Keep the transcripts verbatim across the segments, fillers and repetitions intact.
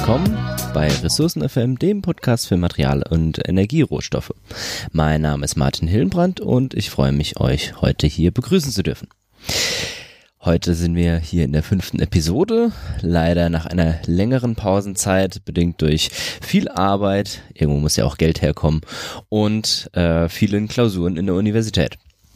willkommen bei Ressourcen F M, dem Podcast für Material- und Energierohstoffe. Mein Name ist Martin Hillenbrand und ich freue mich, euch heute hier begrüßen zu dürfen. Heute sind wir hier in der fünften Episode, leider nach einer längeren Pausenzeit, bedingt durch viel Arbeit, irgendwo muss ja auch Geld herkommen, und äh, vielen Klausuren in der Universität.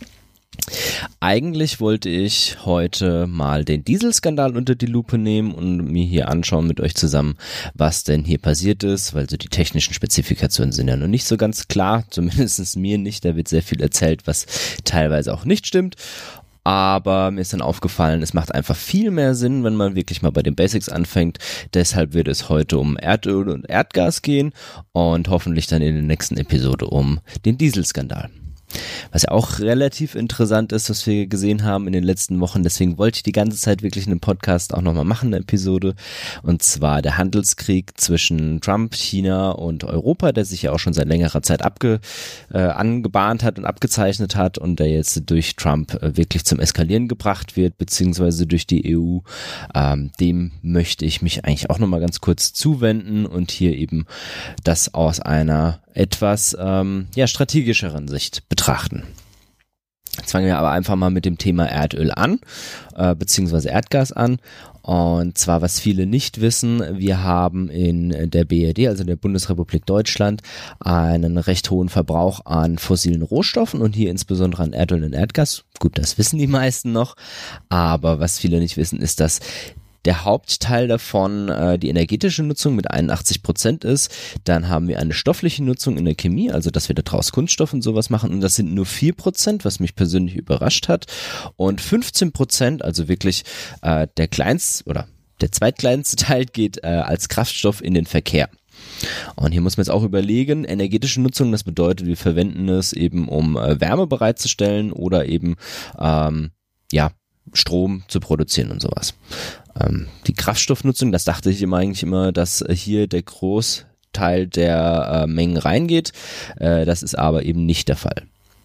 Eigentlich wollte ich heute mal den Dieselskandal unter die Lupe nehmen und mir hier anschauen mit euch zusammen, was denn hier passiert ist, weil so die technischen Spezifikationen sind ja noch nicht so ganz klar, zumindest mir nicht, da wird sehr viel erzählt, was teilweise auch nicht stimmt. Aber mir ist dann aufgefallen, es macht einfach viel mehr Sinn, wenn man wirklich mal bei den Basics anfängt. Deshalb wird es heute um Erdöl und Erdgas gehen und hoffentlich dann in der nächsten Episode um den Dieselskandal. Was ja auch relativ interessant ist, was wir gesehen haben in den letzten Wochen, deswegen wollte ich die ganze Zeit wirklich einen Podcast auch nochmal machen, eine Episode, und zwar der Handelskrieg zwischen Trump, China und Europa, der sich ja auch schon seit längerer Zeit abge, äh, angebahnt hat und abgezeichnet hat und der jetzt durch Trump äh, wirklich zum Eskalieren gebracht wird, beziehungsweise durch die E U. Ähm, dem möchte ich mich eigentlich auch nochmal ganz kurz zuwenden und hier eben das aus einer etwas ähm, ja, strategischeren Sicht betrachten. Jetzt fangen wir aber einfach mal mit dem Thema Erdöl an, äh, beziehungsweise Erdgas an. Und zwar, was viele nicht wissen, wir haben in der B R D, also in der Bundesrepublik Deutschland, einen recht hohen Verbrauch an fossilen Rohstoffen und hier insbesondere an Erdöl und Erdgas. Gut, das wissen die meisten noch, aber was viele nicht wissen, ist, dass der Hauptteil davon äh, die energetische Nutzung mit einundachtzig Prozent ist. Dann haben wir eine stoffliche Nutzung in der Chemie, also dass wir daraus Kunststoff und sowas machen, und das sind nur vier Prozent, was mich persönlich überrascht hat. Und fünfzehn Prozent, also wirklich äh, der kleinste oder der zweitkleinste Teil geht äh, als Kraftstoff in den Verkehr. Und hier muss man jetzt auch überlegen, energetische Nutzung, das bedeutet, wir verwenden es eben, um äh, Wärme bereitzustellen oder eben ähm, ja Strom zu produzieren und sowas. Ähm, die Kraftstoffnutzung, das dachte ich immer eigentlich immer, dass hier der Großteil der äh, Mengen reingeht. Äh, das ist aber eben nicht der Fall.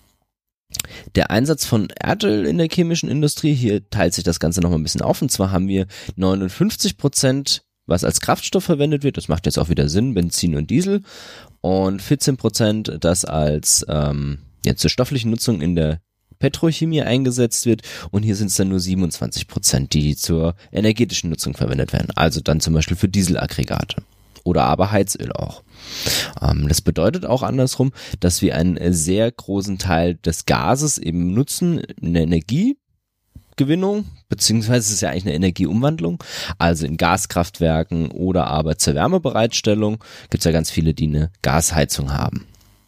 Der Einsatz von Erdöl in der chemischen Industrie, hier teilt sich das Ganze nochmal ein bisschen auf, und zwar haben wir neunundfünfzig Prozent, was als Kraftstoff verwendet wird, das macht jetzt auch wieder Sinn, Benzin und Diesel, und vierzehn Prozent, das als ähm, ja, zur stofflichen Nutzung in der Petrochemie eingesetzt wird, und hier sind es dann nur siebenundzwanzig Prozent, die zur energetischen Nutzung verwendet werden, also dann zum Beispiel für Dieselaggregate oder aber Heizöl auch. Ähm, das bedeutet auch andersrum, dass wir einen sehr großen Teil des Gases eben nutzen in der Energiegewinnung, beziehungsweise es ist ja eigentlich eine Energieumwandlung, also in Gaskraftwerken oder aber zur Wärmebereitstellung gibt es ja ganz viele, die eine Gasheizung haben.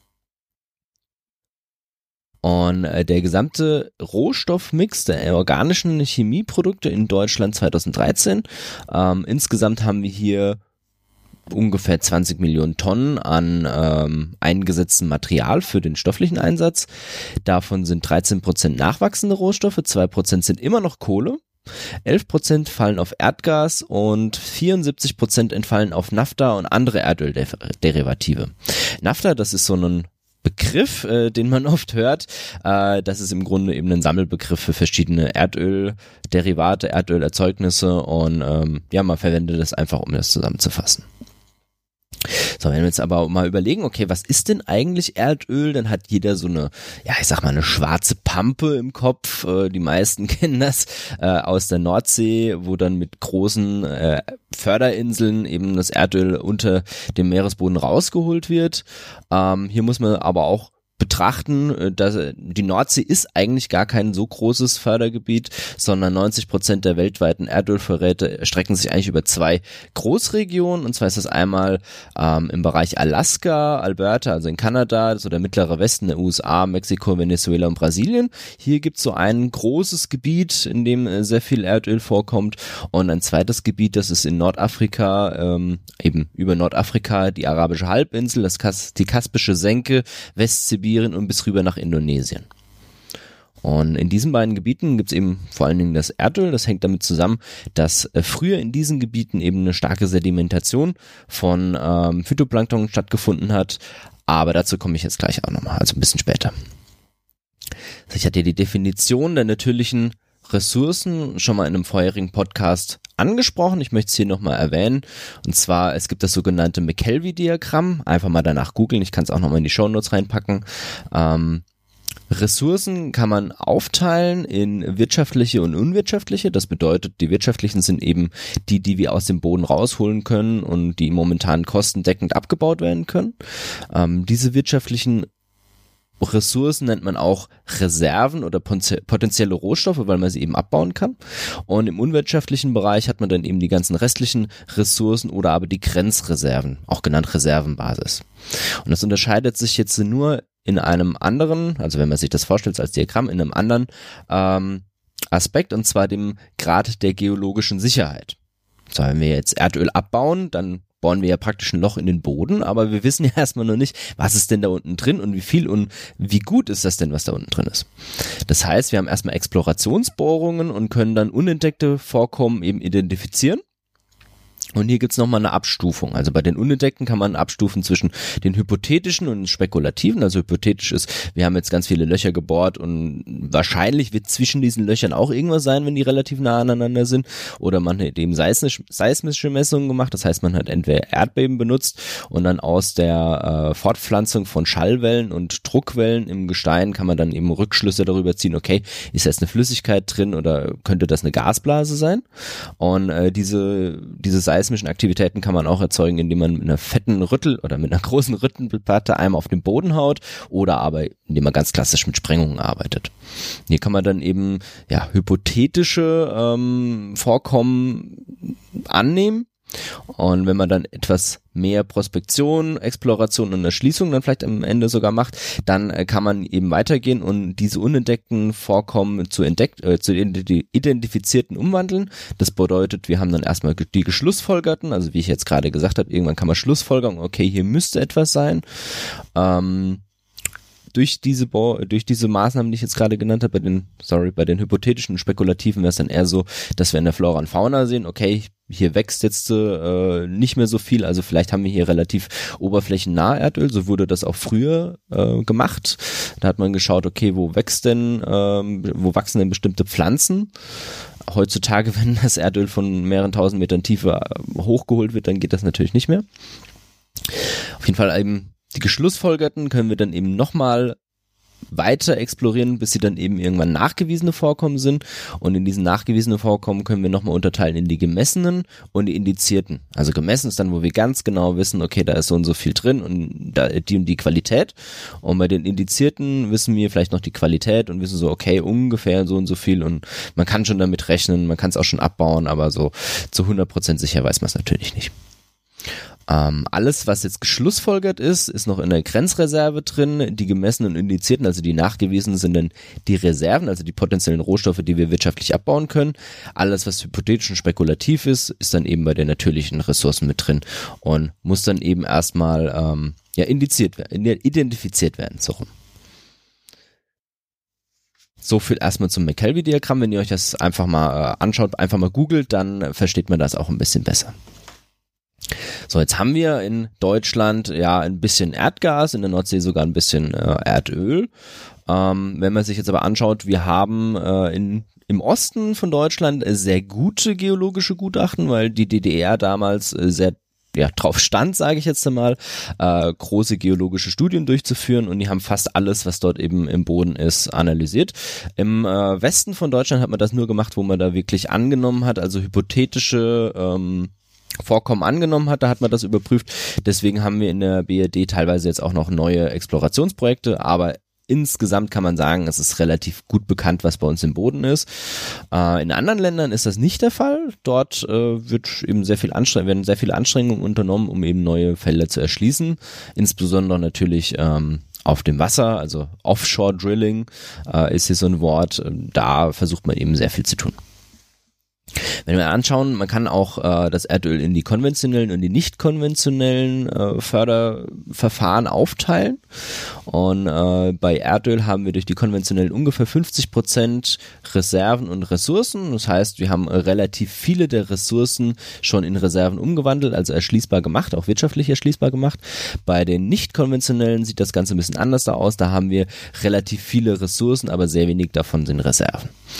Und der gesamte Rohstoffmix der organischen Chemieprodukte in Deutschland zweitausenddreizehn, ähm, insgesamt haben wir hier ungefähr zwanzig Millionen Tonnen an ähm, eingesetztem Material für den stofflichen Einsatz. Davon sind dreizehn Prozent nachwachsende Rohstoffe, zwei Prozent sind immer noch Kohle, elf Prozent fallen auf Erdgas und vierundsiebzig Prozent entfallen auf Naphtha und andere Erdölderivative. Naphtha, das ist so ein Begriff, äh, den man oft hört, äh, das ist im Grunde eben ein Sammelbegriff für verschiedene Erdölderivate, Erdölerzeugnisse, und ähm, ja, man verwendet das einfach, um das zusammenzufassen. So, wenn wir jetzt aber mal überlegen, okay, was ist denn eigentlich Erdöl? Dann hat jeder so eine, ja, ich sag mal, eine schwarze Pampe im Kopf. Äh, die meisten kennen das äh, aus der Nordsee, wo dann mit großen äh, Förderinseln eben das Erdöl unter dem Meeresboden rausgeholt wird. Ähm, hier muss man aber auch betrachten, dass die Nordsee ist eigentlich gar kein so großes Fördergebiet, sondern neunzig Prozent der weltweiten Erdölvorräte strecken sich eigentlich über zwei Großregionen, und zwar ist das einmal ähm, im Bereich Alaska, Alberta, also in Kanada, so der mittlere Westen der U S A, Mexiko, Venezuela und Brasilien. Hier gibt es so ein großes Gebiet, in dem äh, sehr viel Erdöl vorkommt, und ein zweites Gebiet, das ist in Nordafrika, ähm, eben über Nordafrika, die arabische Halbinsel, das Kas- die Kaspische Senke, Westsibirien und bis rüber nach Indonesien. Und in diesen beiden Gebieten gibt es eben vor allen Dingen das Erdöl. Das hängt damit zusammen, dass äh, früher in diesen Gebieten eben eine starke Sedimentation von ähm, Phytoplankton stattgefunden hat. Aber dazu komme ich jetzt gleich auch nochmal, also ein bisschen später. Also ich hatte die Definition der natürlichen Ressourcen schon mal in einem vorherigen Podcast angesprochen. Ich möchte es hier nochmal erwähnen. Und zwar, es gibt das sogenannte McKelvey-Diagramm. Einfach mal danach googeln. Ich kann es auch nochmal in die Shownotes reinpacken. Ähm, Ressourcen kann man aufteilen in wirtschaftliche und unwirtschaftliche. Das bedeutet, die wirtschaftlichen sind eben die, die wir aus dem Boden rausholen können und die momentan kostendeckend abgebaut werden können. Ähm, diese wirtschaftlichen Ressourcen nennt man auch Reserven oder potenzielle Rohstoffe, weil man sie eben abbauen kann. Und im unwirtschaftlichen Bereich hat man dann eben die ganzen restlichen Ressourcen oder aber die Grenzreserven, auch genannt Reservenbasis. Und das unterscheidet sich jetzt nur in einem anderen, also wenn man sich das vorstellt als Diagramm, in einem anderen ähm, Aspekt, und zwar dem Grad der geologischen Sicherheit. So, wenn wir jetzt Erdöl abbauen, dann bohren wir ja praktisch ein Loch in den Boden, aber wir wissen ja erstmal noch nicht, was ist denn da unten drin und wie viel und wie gut ist das denn, was da unten drin ist. Das heißt, wir haben erstmal Explorationsbohrungen und können dann unentdeckte Vorkommen eben identifizieren. Und hier gibt's nochmal eine Abstufung. Also bei den Unentdeckten kann man abstufen zwischen den hypothetischen und den spekulativen. Also hypothetisch ist, wir haben jetzt ganz viele Löcher gebohrt und wahrscheinlich wird zwischen diesen Löchern auch irgendwas sein, wenn die relativ nah aneinander sind. Oder man hat eben seismisch, seismische Messungen gemacht. Das heißt, man hat entweder Erdbeben benutzt und dann aus der äh, Fortpflanzung von Schallwellen und Druckwellen im Gestein kann man dann eben Rückschlüsse darüber ziehen, okay, ist jetzt eine Flüssigkeit drin oder könnte das eine Gasblase sein? Und äh, diese, diese seismische seismischen Aktivitäten kann man auch erzeugen, indem man mit einer fetten Rüttel oder mit einer großen Rüttelplatte einmal auf den Boden haut oder aber indem man ganz klassisch mit Sprengungen arbeitet. Hier kann man dann eben ja hypothetische ähm, Vorkommen annehmen. Und wenn man dann etwas mehr Prospektion, Exploration und Erschließung dann vielleicht am Ende sogar macht, dann äh, kann man eben weitergehen und diese unentdeckten Vorkommen zu entdeckt, äh, zu identifizierten umwandeln. Das bedeutet, wir haben dann erstmal die geschlussfolgerten, also wie ich jetzt gerade gesagt habe, irgendwann kann man schlussfolgern, okay, hier müsste etwas sein. Ähm, Durch diese Bo- durch diese Maßnahmen, die ich jetzt gerade genannt habe, bei den, sorry, bei den hypothetischen und spekulativen wäre es dann eher so, dass wir in der Flora und Fauna sehen, okay, hier wächst jetzt äh, nicht mehr so viel, also vielleicht haben wir hier relativ oberflächennah Erdöl, so wurde das auch früher äh, gemacht. Da hat man geschaut, okay, wo wächst denn, ähm, wo wachsen denn bestimmte Pflanzen? Heutzutage, wenn das Erdöl von mehreren tausend Metern Tiefe hochgeholt wird, dann geht das natürlich nicht mehr. Auf jeden Fall eben die geschlussfolgerten können wir dann eben nochmal weiter explorieren, bis sie dann eben irgendwann nachgewiesene Vorkommen sind. Und in diesen nachgewiesenen Vorkommen können wir nochmal unterteilen in die gemessenen und die indizierten. Also gemessen ist dann, wo wir ganz genau wissen, okay, da ist so und so viel drin und da die und die Qualität. Und bei den indizierten wissen wir vielleicht noch die Qualität und wissen so, okay, ungefähr so und so viel. Und man kann schon damit rechnen, man kann es auch schon abbauen, aber so zu hundert Prozent sicher weiß man es natürlich nicht. Ähm, alles, was jetzt geschlussfolgert ist, ist noch in der Grenzreserve drin. Die gemessenen und indizierten, also die nachgewiesenen, sind dann die Reserven, also die potenziellen Rohstoffe, die wir wirtschaftlich abbauen können. Alles, was hypothetisch und spekulativ ist, ist dann eben bei den natürlichen Ressourcen mit drin und muss dann eben erstmal ähm, ja, indiziert werden, identifiziert werden. So rum. So viel erstmal zum McKelvey-Diagramm. Wenn ihr euch das einfach mal äh, anschaut, einfach mal googelt, dann versteht man das auch ein bisschen besser. So, jetzt haben wir in Deutschland ja ein bisschen Erdgas, in der Nordsee sogar ein bisschen äh, Erdöl. Ähm, wenn man sich jetzt aber anschaut, wir haben äh, in, im Osten von Deutschland sehr gute geologische Gutachten, weil die D D R damals äh, sehr ja, drauf stand, sage ich jetzt einmal, äh, große geologische Studien durchzuführen und die haben fast alles, was dort eben im Boden ist, analysiert. Im äh, Westen von Deutschland hat man das nur gemacht, wo man da wirklich angenommen hat, also hypothetische ähm, Vorkommen angenommen hat, da hat man das überprüft. Deswegen haben wir in der B R D teilweise jetzt auch noch neue Explorationsprojekte, aber insgesamt kann man sagen, es ist relativ gut bekannt, was bei uns im Boden ist. Äh, in anderen Ländern ist das nicht der Fall. Dort äh, wird eben sehr viel Anstreng- werden sehr viele Anstrengungen unternommen, um eben neue Felder zu erschließen. Insbesondere natürlich ähm, auf dem Wasser, also Offshore Drilling äh, ist hier so ein Wort. Da versucht man eben sehr viel zu tun. Wenn wir anschauen, man kann auch äh, das Erdöl in die konventionellen und die nicht konventionellen äh, Förderverfahren aufteilen. Und äh, bei Erdöl haben wir durch die konventionellen ungefähr fünfzig Prozent Reserven und Ressourcen. Das heißt, wir haben relativ viele der Ressourcen schon in Reserven umgewandelt, also erschließbar gemacht, auch wirtschaftlich erschließbar gemacht. Bei den nicht konventionellen sieht das Ganze ein bisschen anders aus. Da haben wir relativ viele Ressourcen, aber sehr wenig davon sind Reserven.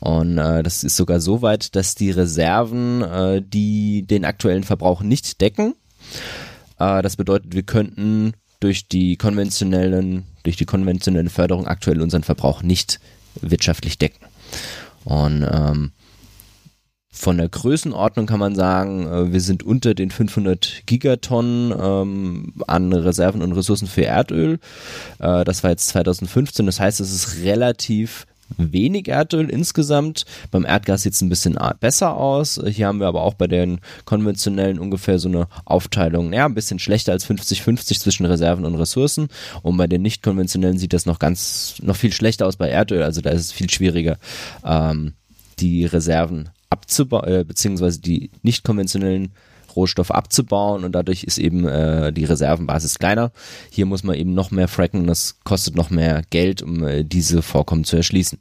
Und äh, das ist sogar so weit, dass die Reserven, äh, die den aktuellen Verbrauch nicht decken. Äh, das bedeutet, wir könnten durch die konventionellen, durch die konventionelle Förderung aktuell unseren Verbrauch nicht wirtschaftlich decken. Und ähm, von der Größenordnung kann man sagen, äh, wir sind unter den fünfhundert Gigatonnen ähm, an Reserven und Ressourcen für Erdöl. Äh, das war jetzt zweitausendfünfzehn, das heißt, es ist relativ wenig Erdöl insgesamt. Beim Erdgas sieht es ein bisschen besser aus. Hier haben wir aber auch bei den konventionellen ungefähr so eine Aufteilung, ja, ein bisschen schlechter als fünfzig fünfzig zwischen Reserven und Ressourcen. Und bei den nicht konventionellen sieht das noch ganz, noch viel schlechter aus bei Erdöl. Also da ist es viel schwieriger, ähm, die Reserven abzubauen, äh, beziehungsweise die nicht konventionellen Rohstoff abzubauen und dadurch ist eben äh, die Reservenbasis kleiner. Hier muss man eben noch mehr fracken, das kostet noch mehr Geld, um äh, diese Vorkommen zu erschließen.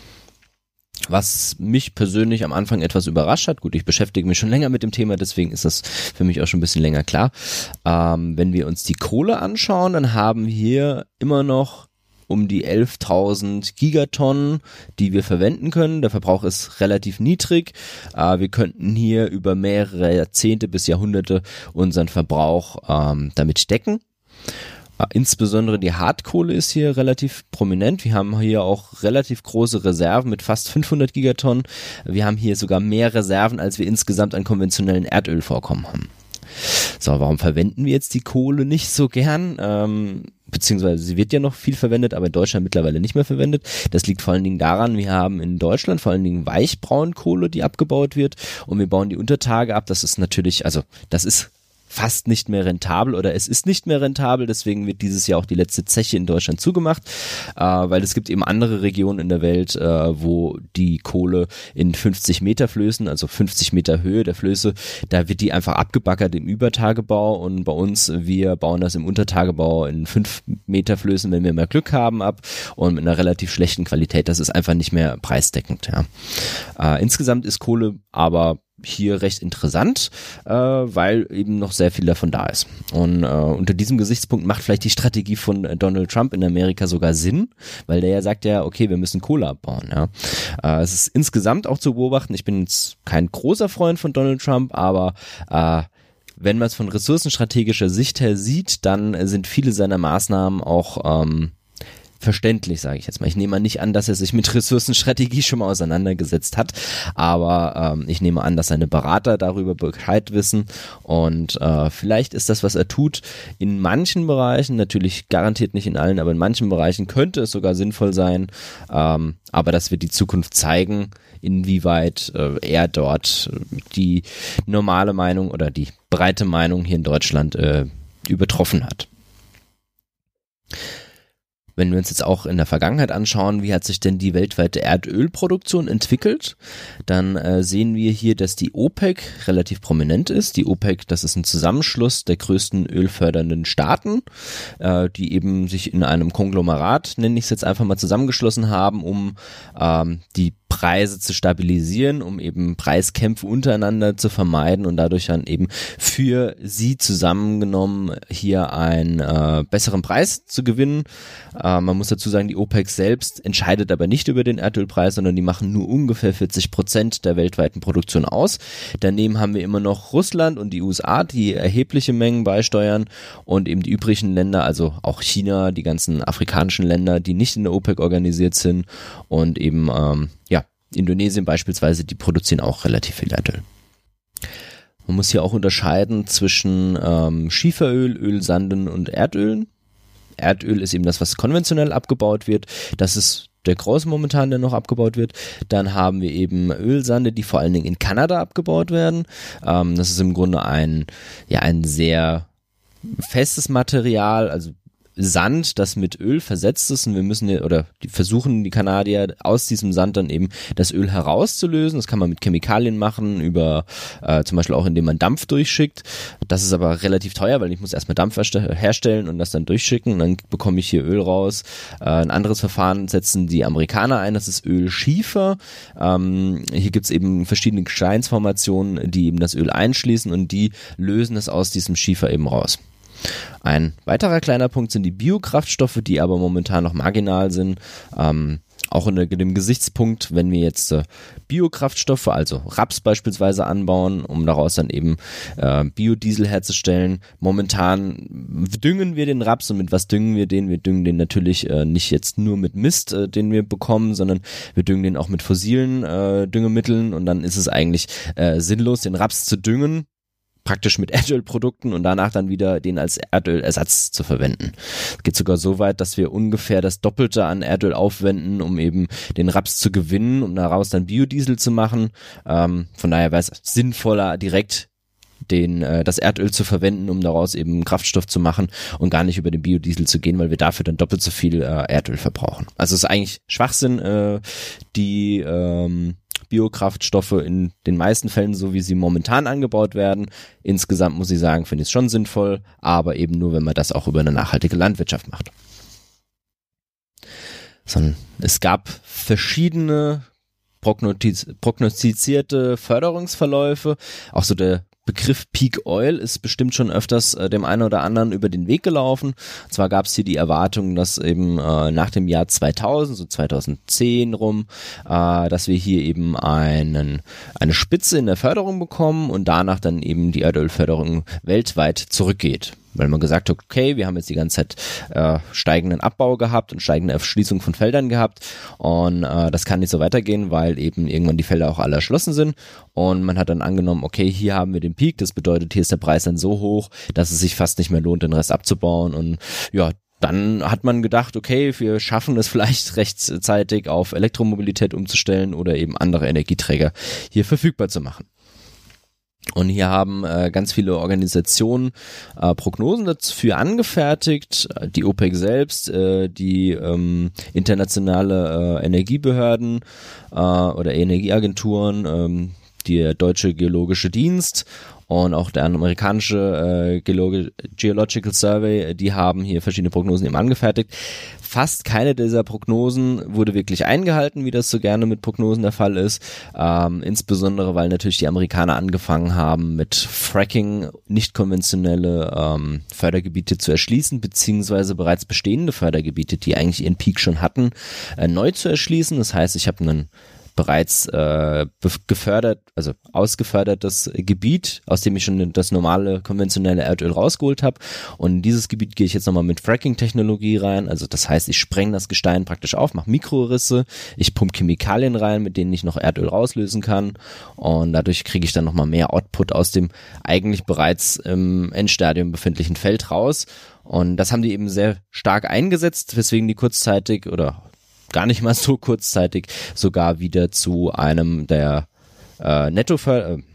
Was mich persönlich am Anfang etwas überrascht hat, gut, ich beschäftige mich schon länger mit dem Thema, deswegen ist das für mich auch schon ein bisschen länger klar. Ähm, wenn wir uns die Kohle anschauen, dann haben wir hier immer noch um die elftausend Gigatonnen, die wir verwenden können. Der Verbrauch ist relativ niedrig. Äh, wir könnten hier über mehrere Jahrzehnte bis Jahrhunderte unseren Verbrauch ähm, damit decken. Äh, insbesondere die Hartkohle ist hier relativ prominent. Wir haben hier auch relativ große Reserven mit fast fünfhundert Gigatonnen. Wir haben hier sogar mehr Reserven, als wir insgesamt an konventionellen Erdölvorkommen haben. So, warum verwenden wir jetzt die Kohle nicht so gern? Ähm, beziehungsweise sie wird ja noch viel verwendet, aber in Deutschland mittlerweile nicht mehr verwendet. Das liegt vor allen Dingen daran, wir haben in Deutschland vor allen Dingen Weichbraunkohle, die abgebaut wird und wir bauen die Untertage ab. Das ist natürlich, also das ist fast nicht mehr rentabel oder es ist nicht mehr rentabel, deswegen wird dieses Jahr auch die letzte Zeche in Deutschland zugemacht, äh, weil es gibt eben andere Regionen in der Welt, äh, wo die Kohle in fünfzig Meter Flößen, also fünfzig Meter Höhe der Flöße, da wird die einfach abgebaggert im Übertagebau und bei uns, wir bauen das im Untertagebau in fünf Meter Flößen, wenn wir mehr Glück haben, ab und mit einer relativ schlechten Qualität, das ist einfach nicht mehr preisdeckend. Ja. Äh, insgesamt ist Kohle aber hier recht interessant, äh, weil eben noch sehr viel davon da ist. Und äh, unter diesem Gesichtspunkt macht vielleicht die Strategie von äh, Donald Trump in Amerika sogar Sinn, weil der ja sagt ja, okay, wir müssen Kohle abbauen. Ja. Äh, es ist insgesamt auch zu beobachten, ich bin jetzt kein großer Freund von Donald Trump, aber äh, wenn man es von ressourcenstrategischer Sicht her sieht, dann sind viele seiner Maßnahmen auch ähm, verständlich, sage ich jetzt mal. Ich nehme nicht an, dass er sich mit Ressourcenstrategie schon mal auseinandergesetzt hat, aber ähm, ich nehme an, dass seine Berater darüber Bescheid wissen und äh, vielleicht ist das, was er tut, in manchen Bereichen, natürlich garantiert nicht in allen, aber in manchen Bereichen könnte es sogar sinnvoll sein, ähm, aber das wird die Zukunft zeigen, inwieweit äh, er dort die normale Meinung oder die breite Meinung hier in Deutschland äh, übertroffen hat. Wenn wir uns jetzt auch in der Vergangenheit anschauen, wie hat sich denn die weltweite Erdölproduktion entwickelt, dann äh, sehen wir hier, dass die OPEC relativ prominent ist. Die OPEC, das ist ein Zusammenschluss der größten ölfördernden Staaten, äh, die eben sich in einem Konglomerat, nenne ich es jetzt einfach mal, zusammengeschlossen haben, um ähm, die Preise zu stabilisieren, um eben Preiskämpfe untereinander zu vermeiden und dadurch dann eben für sie zusammengenommen hier einen äh, besseren Preis zu gewinnen. Äh, man muss dazu sagen, die OPEC selbst entscheidet aber nicht über den Erdölpreis, sondern die machen nur ungefähr vierzig Prozent der weltweiten Produktion aus. Daneben haben wir immer noch Russland und die U S A, die erhebliche Mengen beisteuern und eben die übrigen Länder, also auch China, die ganzen afrikanischen Länder, die nicht in der OPEC organisiert sind und eben ähm, ja, Indonesien beispielsweise, die produzieren auch relativ viel Erdöl. Man muss hier auch unterscheiden zwischen ähm, Schieferöl, Ölsanden und Erdölen. Erdöl ist eben das, was konventionell abgebaut wird. Das ist der große momentan, der noch abgebaut wird. Dann haben wir eben Ölsande, die vor allen Dingen in Kanada abgebaut werden. Ähm, das ist im Grunde ein, ja, ein sehr festes Material, also Sand, das mit Öl versetzt ist und wir müssen oder die versuchen die Kanadier aus diesem Sand dann eben das Öl herauszulösen. Das kann man mit Chemikalien machen, über äh, zum Beispiel auch indem man Dampf durchschickt. Das ist aber relativ teuer, weil ich muss erstmal Dampf herstellen und das dann durchschicken und dann bekomme ich hier Öl raus. Äh, ein anderes Verfahren setzen die Amerikaner ein, das ist Ölschiefer. Ähm, hier gibt es eben verschiedene Gesteinsformationen, die eben das Öl einschließen und die lösen es aus diesem Schiefer eben raus. Ein weiterer kleiner Punkt sind die Biokraftstoffe, die aber momentan noch marginal sind. Ähm, auch unter dem Gesichtspunkt, wenn wir jetzt äh, Biokraftstoffe, also Raps beispielsweise anbauen, um daraus dann eben äh, Biodiesel herzustellen. Momentan düngen wir den Raps, und mit was düngen wir den? Wir düngen den natürlich äh, nicht jetzt nur mit Mist, äh, den wir bekommen, sondern wir düngen den auch mit fossilen äh, Düngemitteln, und dann ist es eigentlich äh, sinnlos, den Raps zu düngen, praktisch mit Erdölprodukten, und danach dann wieder den als Erdölersatz zu verwenden. Es geht sogar so weit, dass wir ungefähr das Doppelte an Erdöl aufwenden, um eben den Raps zu gewinnen, um daraus dann Biodiesel zu machen. Ähm, von daher wäre es sinnvoller, direkt den äh, das Erdöl zu verwenden, um daraus eben Kraftstoff zu machen und gar nicht über den Biodiesel zu gehen, weil wir dafür dann doppelt so viel äh, Erdöl verbrauchen. Also es ist eigentlich Schwachsinn, äh, die ähm, Biokraftstoffe in den meisten Fällen, so wie sie momentan angebaut werden. Insgesamt muss ich sagen, finde ich es schon sinnvoll, aber eben nur, wenn man das auch über eine nachhaltige Landwirtschaft macht. Sondern es gab verschiedene prognostiz- prognostizierte Förderungsverläufe, auch so der Begriff Peak Oil ist bestimmt schon öfters äh, dem einen oder anderen über den Weg gelaufen. Und zwar gab es hier die Erwartung, dass eben äh, nach dem Jahr zweitausend, so zweitausendzehn rum, äh, dass wir hier eben einen, eine Spitze in der Förderung bekommen und danach dann eben die Erdölförderung weltweit zurückgeht. Weil man gesagt hat, okay, wir haben jetzt die ganze Zeit äh, steigenden Abbau gehabt und steigende Erschließung von Feldern gehabt, und äh, das kann nicht so weitergehen, weil eben irgendwann die Felder auch alle erschlossen sind, und man hat dann angenommen, okay, hier haben wir den Peak, das bedeutet, hier ist der Preis dann so hoch, dass es sich fast nicht mehr lohnt, den Rest abzubauen, und ja, dann hat man gedacht, okay, wir schaffen es vielleicht rechtzeitig auf Elektromobilität umzustellen oder eben andere Energieträger hier verfügbar zu machen. Und hier haben äh, ganz viele Organisationen äh, Prognosen dafür angefertigt, die OPEC selbst, äh, die ähm, internationale äh, Energiebehörden äh, oder Energieagenturen, ähm, der Deutsche Geologische Dienst und auch der amerikanische äh, Geolog- Geological Survey, die haben hier verschiedene Prognosen eben angefertigt. Fast keine dieser Prognosen wurde wirklich eingehalten, wie das so gerne mit Prognosen der Fall ist. Ähm, insbesondere, weil natürlich die Amerikaner angefangen haben, mit Fracking nicht konventionelle ähm, Fördergebiete zu erschließen, beziehungsweise bereits bestehende Fördergebiete, die eigentlich ihren Peak schon hatten, äh, neu zu erschließen. Das heißt, ich habe einen bereits äh, gefördert, also ausgefördertes Gebiet, aus dem ich schon das normale konventionelle Erdöl rausgeholt habe, und in dieses Gebiet gehe ich jetzt nochmal mit Fracking-Technologie rein, also das heißt, ich spreng das Gestein praktisch auf, mache Mikrorisse, ich pumpe Chemikalien rein, mit denen ich noch Erdöl rauslösen kann, und dadurch kriege ich dann nochmal mehr Output aus dem eigentlich bereits im Endstadium befindlichen Feld raus, und das haben die eben sehr stark eingesetzt, weswegen die kurzzeitig oder gar nicht mal so kurzzeitig sogar wieder zu einem der äh, Nettoför- äh,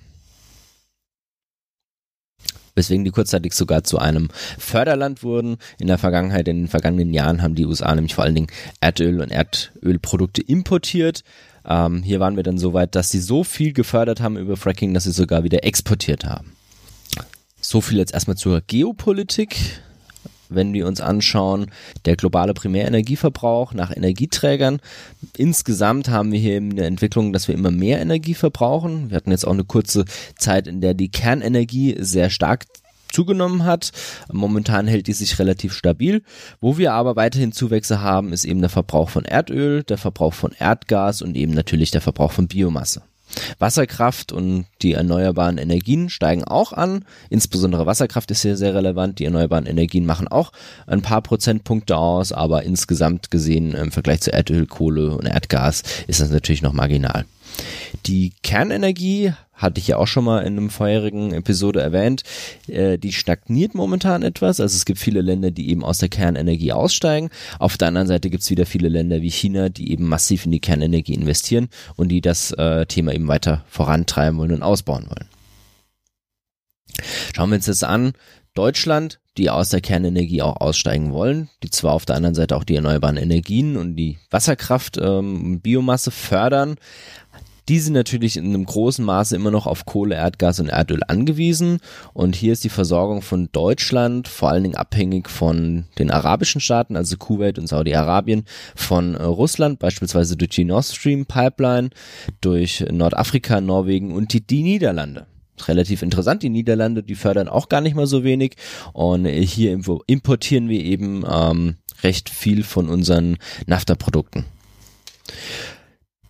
weswegen die kurzzeitig sogar zu einem Förderland wurden. In der Vergangenheit, in den vergangenen Jahren haben die U S A nämlich vor allen Dingen Erdöl und Erdölprodukte importiert. Ähm, hier waren wir dann so weit, dass sie so viel gefördert haben über Fracking, dass sie sogar wieder exportiert haben. So viel jetzt erstmal zur Geopolitik. Wenn wir uns anschauen, der globale Primärenergieverbrauch nach Energieträgern. Insgesamt haben wir hier eine Entwicklung, dass wir immer mehr Energie verbrauchen. Wir hatten jetzt auch eine kurze Zeit, in der die Kernenergie sehr stark zugenommen hat. Momentan hält die sich relativ stabil. Wo wir aber weiterhin Zuwächse haben, ist eben der Verbrauch von Erdöl, der Verbrauch von Erdgas und eben natürlich der Verbrauch von Biomasse. Wasserkraft und die erneuerbaren Energien steigen auch an, insbesondere Wasserkraft ist hier sehr relevant, die erneuerbaren Energien machen auch ein paar Prozentpunkte aus, aber insgesamt gesehen im Vergleich zu Erdöl, Kohle und Erdgas ist das natürlich noch marginal. Die Kernenergie hatte ich ja auch schon mal in einem vorherigen Episode erwähnt, äh, die stagniert momentan etwas, also es gibt viele Länder, die eben aus der Kernenergie aussteigen, auf der anderen Seite gibt es wieder viele Länder wie China, die eben massiv in die Kernenergie investieren und die das äh, Thema eben weiter vorantreiben wollen und ausbauen wollen. Schauen wir uns das an, Deutschland, die aus der Kernenergie auch aussteigen wollen, die zwar auf der anderen Seite auch die erneuerbaren Energien und die Wasserkraft, ähm, Biomasse fördern, die sind natürlich in einem großen Maße immer noch auf Kohle, Erdgas und Erdöl angewiesen, und hier ist die Versorgung von Deutschland vor allen Dingen abhängig von den arabischen Staaten, also Kuwait und Saudi-Arabien, von äh, Russland, beispielsweise durch die Nord Stream Pipeline, durch Nordafrika, Norwegen und die, die Niederlande. Relativ interessant, die Niederlande, die fördern auch gar nicht mal so wenig, und äh, hier importieren wir eben ähm, recht viel von unseren NAFTA-Produkten.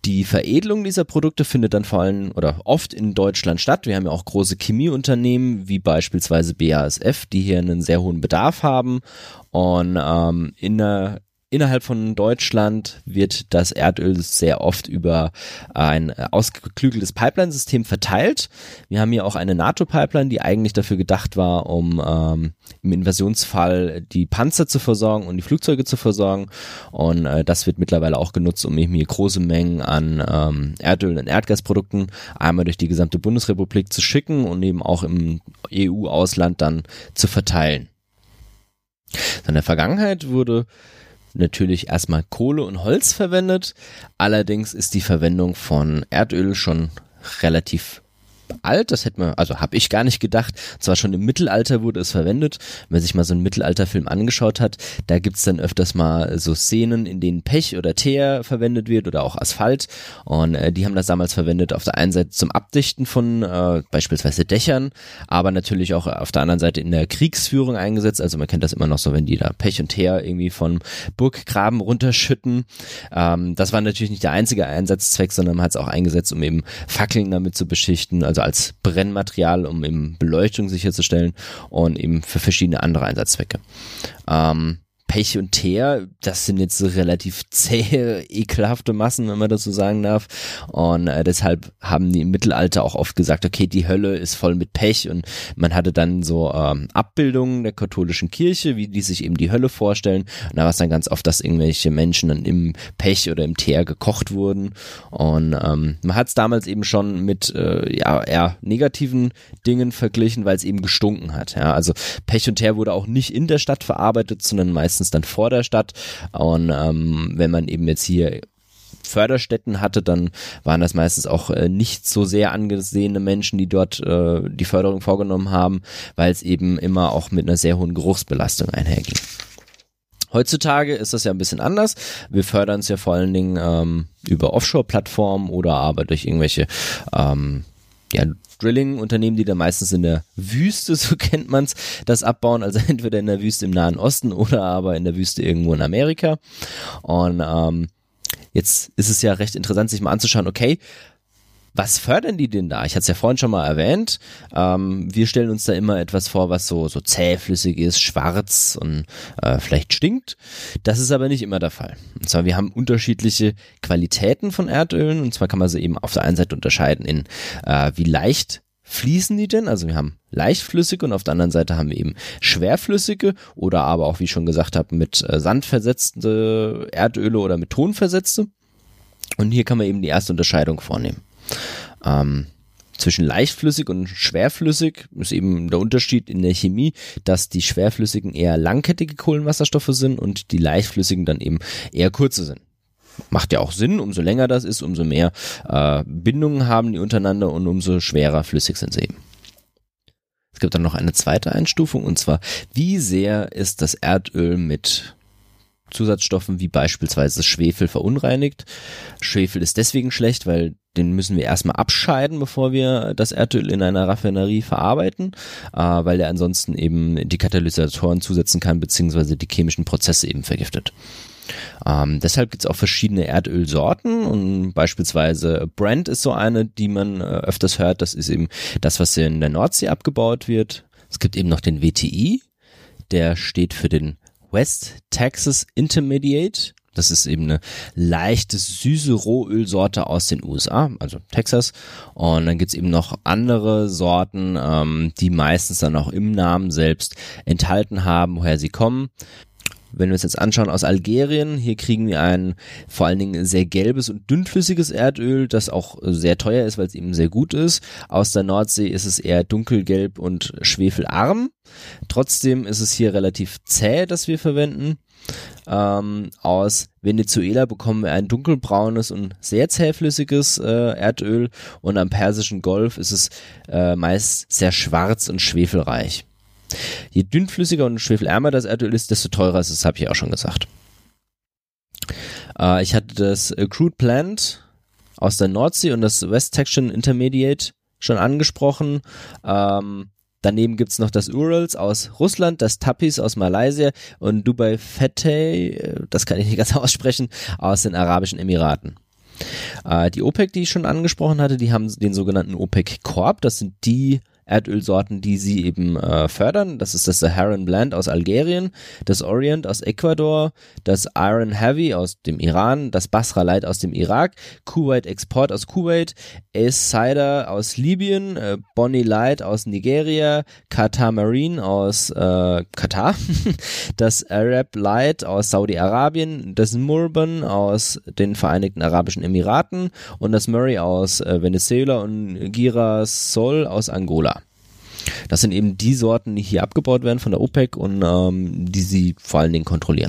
Die Veredelung dieser Produkte findet dann vor allem oder oft in Deutschland statt. Wir haben ja auch große Chemieunternehmen wie beispielsweise B A S F, die hier einen sehr hohen Bedarf haben und ähm, in der Innerhalb von Deutschland wird das Erdöl sehr oft über ein ausgeklügeltes Pipeline-System verteilt. Wir haben hier auch eine NATO-Pipeline, die eigentlich dafür gedacht war, um ähm, im Invasionsfall die Panzer zu versorgen und die Flugzeuge zu versorgen. Und äh, das wird mittlerweile auch genutzt, um eben hier große Mengen an ähm, Erdöl und Erdgasprodukten einmal durch die gesamte Bundesrepublik zu schicken und eben auch im E U-Ausland dann zu verteilen. In der Vergangenheit wurde natürlich erstmal Kohle und Holz verwendet. Allerdings ist die Verwendung von Erdöl schon relativ alt, das hätte man, also habe ich gar nicht gedacht, zwar schon im Mittelalter wurde es verwendet, wenn man sich mal so einen Mittelalterfilm angeschaut hat, da gibt's dann öfters mal so Szenen, in denen Pech oder Teer verwendet wird oder auch Asphalt und äh, die haben das damals verwendet auf der einen Seite zum Abdichten von äh, beispielsweise Dächern, aber natürlich auch auf der anderen Seite in der Kriegsführung eingesetzt, also man kennt das immer noch so, wenn die da Pech und Teer irgendwie von Burggraben runterschütten, ähm, das war natürlich nicht der einzige Einsatzzweck, sondern man hat es auch eingesetzt, um eben Fackeln damit zu beschichten, also Also als Brennmaterial, um eben Beleuchtung sicherzustellen und eben für verschiedene andere Einsatzzwecke. Ähm, Pech und Teer, das sind jetzt so relativ zähe, ekelhafte Massen, wenn man das so sagen darf. Und äh, deshalb haben die im Mittelalter auch oft gesagt, okay, die Hölle ist voll mit Pech. Und man hatte dann so ähm, Abbildungen der katholischen Kirche, wie die sich eben die Hölle vorstellen. Und da war es dann ganz oft, dass irgendwelche Menschen dann im Pech oder im Teer gekocht wurden. Und ähm, man hat es damals eben schon mit äh, ja eher negativen Dingen verglichen, weil es eben gestunken hat. Ja, also Pech und Teer wurde auch nicht in der Stadt verarbeitet, sondern meistens dann vor der Stadt und ähm, wenn man eben jetzt hier Förderstätten hatte, dann waren das meistens auch äh, nicht so sehr angesehene Menschen, die dort äh, die Förderung vorgenommen haben, weil es eben immer auch mit einer sehr hohen Geruchsbelastung einherging. Heutzutage ist das ja ein bisschen anders. Wir fördern es ja vor allen Dingen ähm, über Offshore-Plattformen oder aber durch irgendwelche ähm, ja, Drilling-Unternehmen, die da meistens in der Wüste, so kennt man's, das abbauen, also entweder in der Wüste im Nahen Osten oder aber in der Wüste irgendwo in Amerika. Und ähm, jetzt ist es ja recht interessant, sich mal anzuschauen, okay, was fördern die denn da? Ich hatte es ja vorhin schon mal erwähnt. Ähm, wir stellen uns da immer etwas vor, was so so zähflüssig ist, schwarz und äh, vielleicht stinkt. Das ist aber nicht immer der Fall. Und zwar, wir haben unterschiedliche Qualitäten von Erdölen. Und zwar kann man sie eben auf der einen Seite unterscheiden in, äh, wie leicht fließen die denn? Also wir haben leichtflüssige und auf der anderen Seite haben wir eben schwerflüssige oder aber auch, wie ich schon gesagt habe, mit äh, Sand versetzte Erdöle oder mit Ton versetzte. Und hier kann man eben die erste Unterscheidung vornehmen. Ähm, zwischen leichtflüssig und schwerflüssig ist eben der Unterschied in der Chemie, dass die schwerflüssigen eher langkettige Kohlenwasserstoffe sind und die leichtflüssigen dann eben eher kurze sind. Macht ja auch Sinn, umso länger das ist, umso mehr äh, Bindungen haben die untereinander und umso schwerer flüssig sind sie eben. Es gibt dann noch eine zweite Einstufung und zwar, wie sehr ist das Erdöl mit Zusatzstoffen wie beispielsweise Schwefel verunreinigt. Schwefel ist deswegen schlecht, weil den müssen wir erstmal abscheiden, bevor wir das Erdöl in einer Raffinerie verarbeiten, äh, weil der ansonsten eben die Katalysatoren zusetzen kann, beziehungsweise die chemischen Prozesse eben vergiftet. Ähm, deshalb gibt es auch verschiedene Erdölsorten und beispielsweise Brent ist so eine, die man äh, öfters hört. Das ist eben das, was in der Nordsee abgebaut wird. Es gibt eben noch den W T I, der steht für den West Texas Intermediate. Das ist eben eine leichte, süße Rohölsorte aus den U S A, also Texas. Und dann gibt's eben noch andere Sorten, ähm, die meistens dann auch im Namen selbst enthalten haben, woher sie kommen. Wenn wir uns jetzt anschauen aus Algerien, hier kriegen wir ein vor allen Dingen sehr gelbes und dünnflüssiges Erdöl, das auch sehr teuer ist, weil es eben sehr gut ist. Aus der Nordsee ist es eher dunkelgelb und schwefelarm. Trotzdem ist es hier relativ zäh, das wir verwenden. Ähm, aus Venezuela bekommen wir ein dunkelbraunes und sehr zähflüssiges äh, Erdöl und am Persischen Golf ist es äh, meist sehr schwarz und schwefelreich. Je dünnflüssiger und schwefelärmer das Erdöl ist, desto teurer ist es, habe ich auch schon gesagt. Äh, ich hatte das Crude Plant aus der Nordsee und das West Texas Intermediate schon angesprochen. Ähm, daneben gibt's noch das Urals aus Russland, das Tapis aus Malaysia und Dubai Fateh, das kann ich nicht ganz aussprechen, aus den Arabischen Emiraten. Äh, die OPEC, die ich schon angesprochen hatte, die haben den sogenannten OPEC Corp. Das sind die Erdölsorten, die sie eben äh, fördern. Das ist das Saharan Blend aus Algerien, das Orient aus Ecuador, das Iron Heavy aus dem Iran, das Basra Light aus dem Irak, Kuwait Export aus Kuwait, Ace Cider aus Libyen, äh, Bonny Light aus Nigeria, Qatar Marine aus äh, Katar, das Arab Light aus Saudi-Arabien, das Murban aus den Vereinigten Arabischen Emiraten und das Murray aus äh, Venezuela und Girasol aus Angola. Das sind eben die Sorten, die hier abgebaut werden von der OPEC und ähm, die sie vor allen Dingen kontrollieren.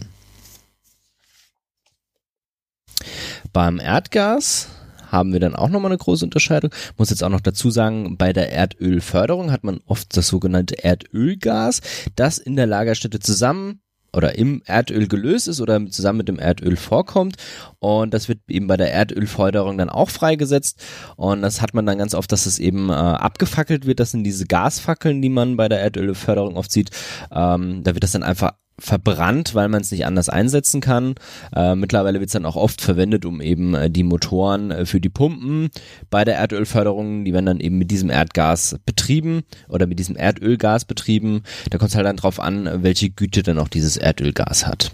Beim Erdgas haben wir dann auch nochmal eine große Unterscheidung. Ich muss jetzt auch noch dazu sagen, bei der Erdölförderung hat man oft das sogenannte Erdölgas, das in der Lagerstätte zusammen oder im Erdöl gelöst ist oder zusammen mit dem Erdöl vorkommt, und das wird eben bei der Erdölförderung dann auch freigesetzt, und das hat man dann ganz oft, dass es eben äh, abgefackelt wird. Das sind diese Gasfackeln, die man bei der Erdölförderung oft sieht. Ähm, da wird das dann einfach verbrannt, weil man es nicht anders einsetzen kann. Äh, mittlerweile wird es dann auch oft verwendet, um eben äh, die Motoren äh, für die Pumpen bei der Erdölförderung, die werden dann eben mit diesem Erdgas betrieben oder mit diesem Erdölgas betrieben. Da kommt es halt dann drauf an, welche Güte dann auch dieses Erdölgas hat.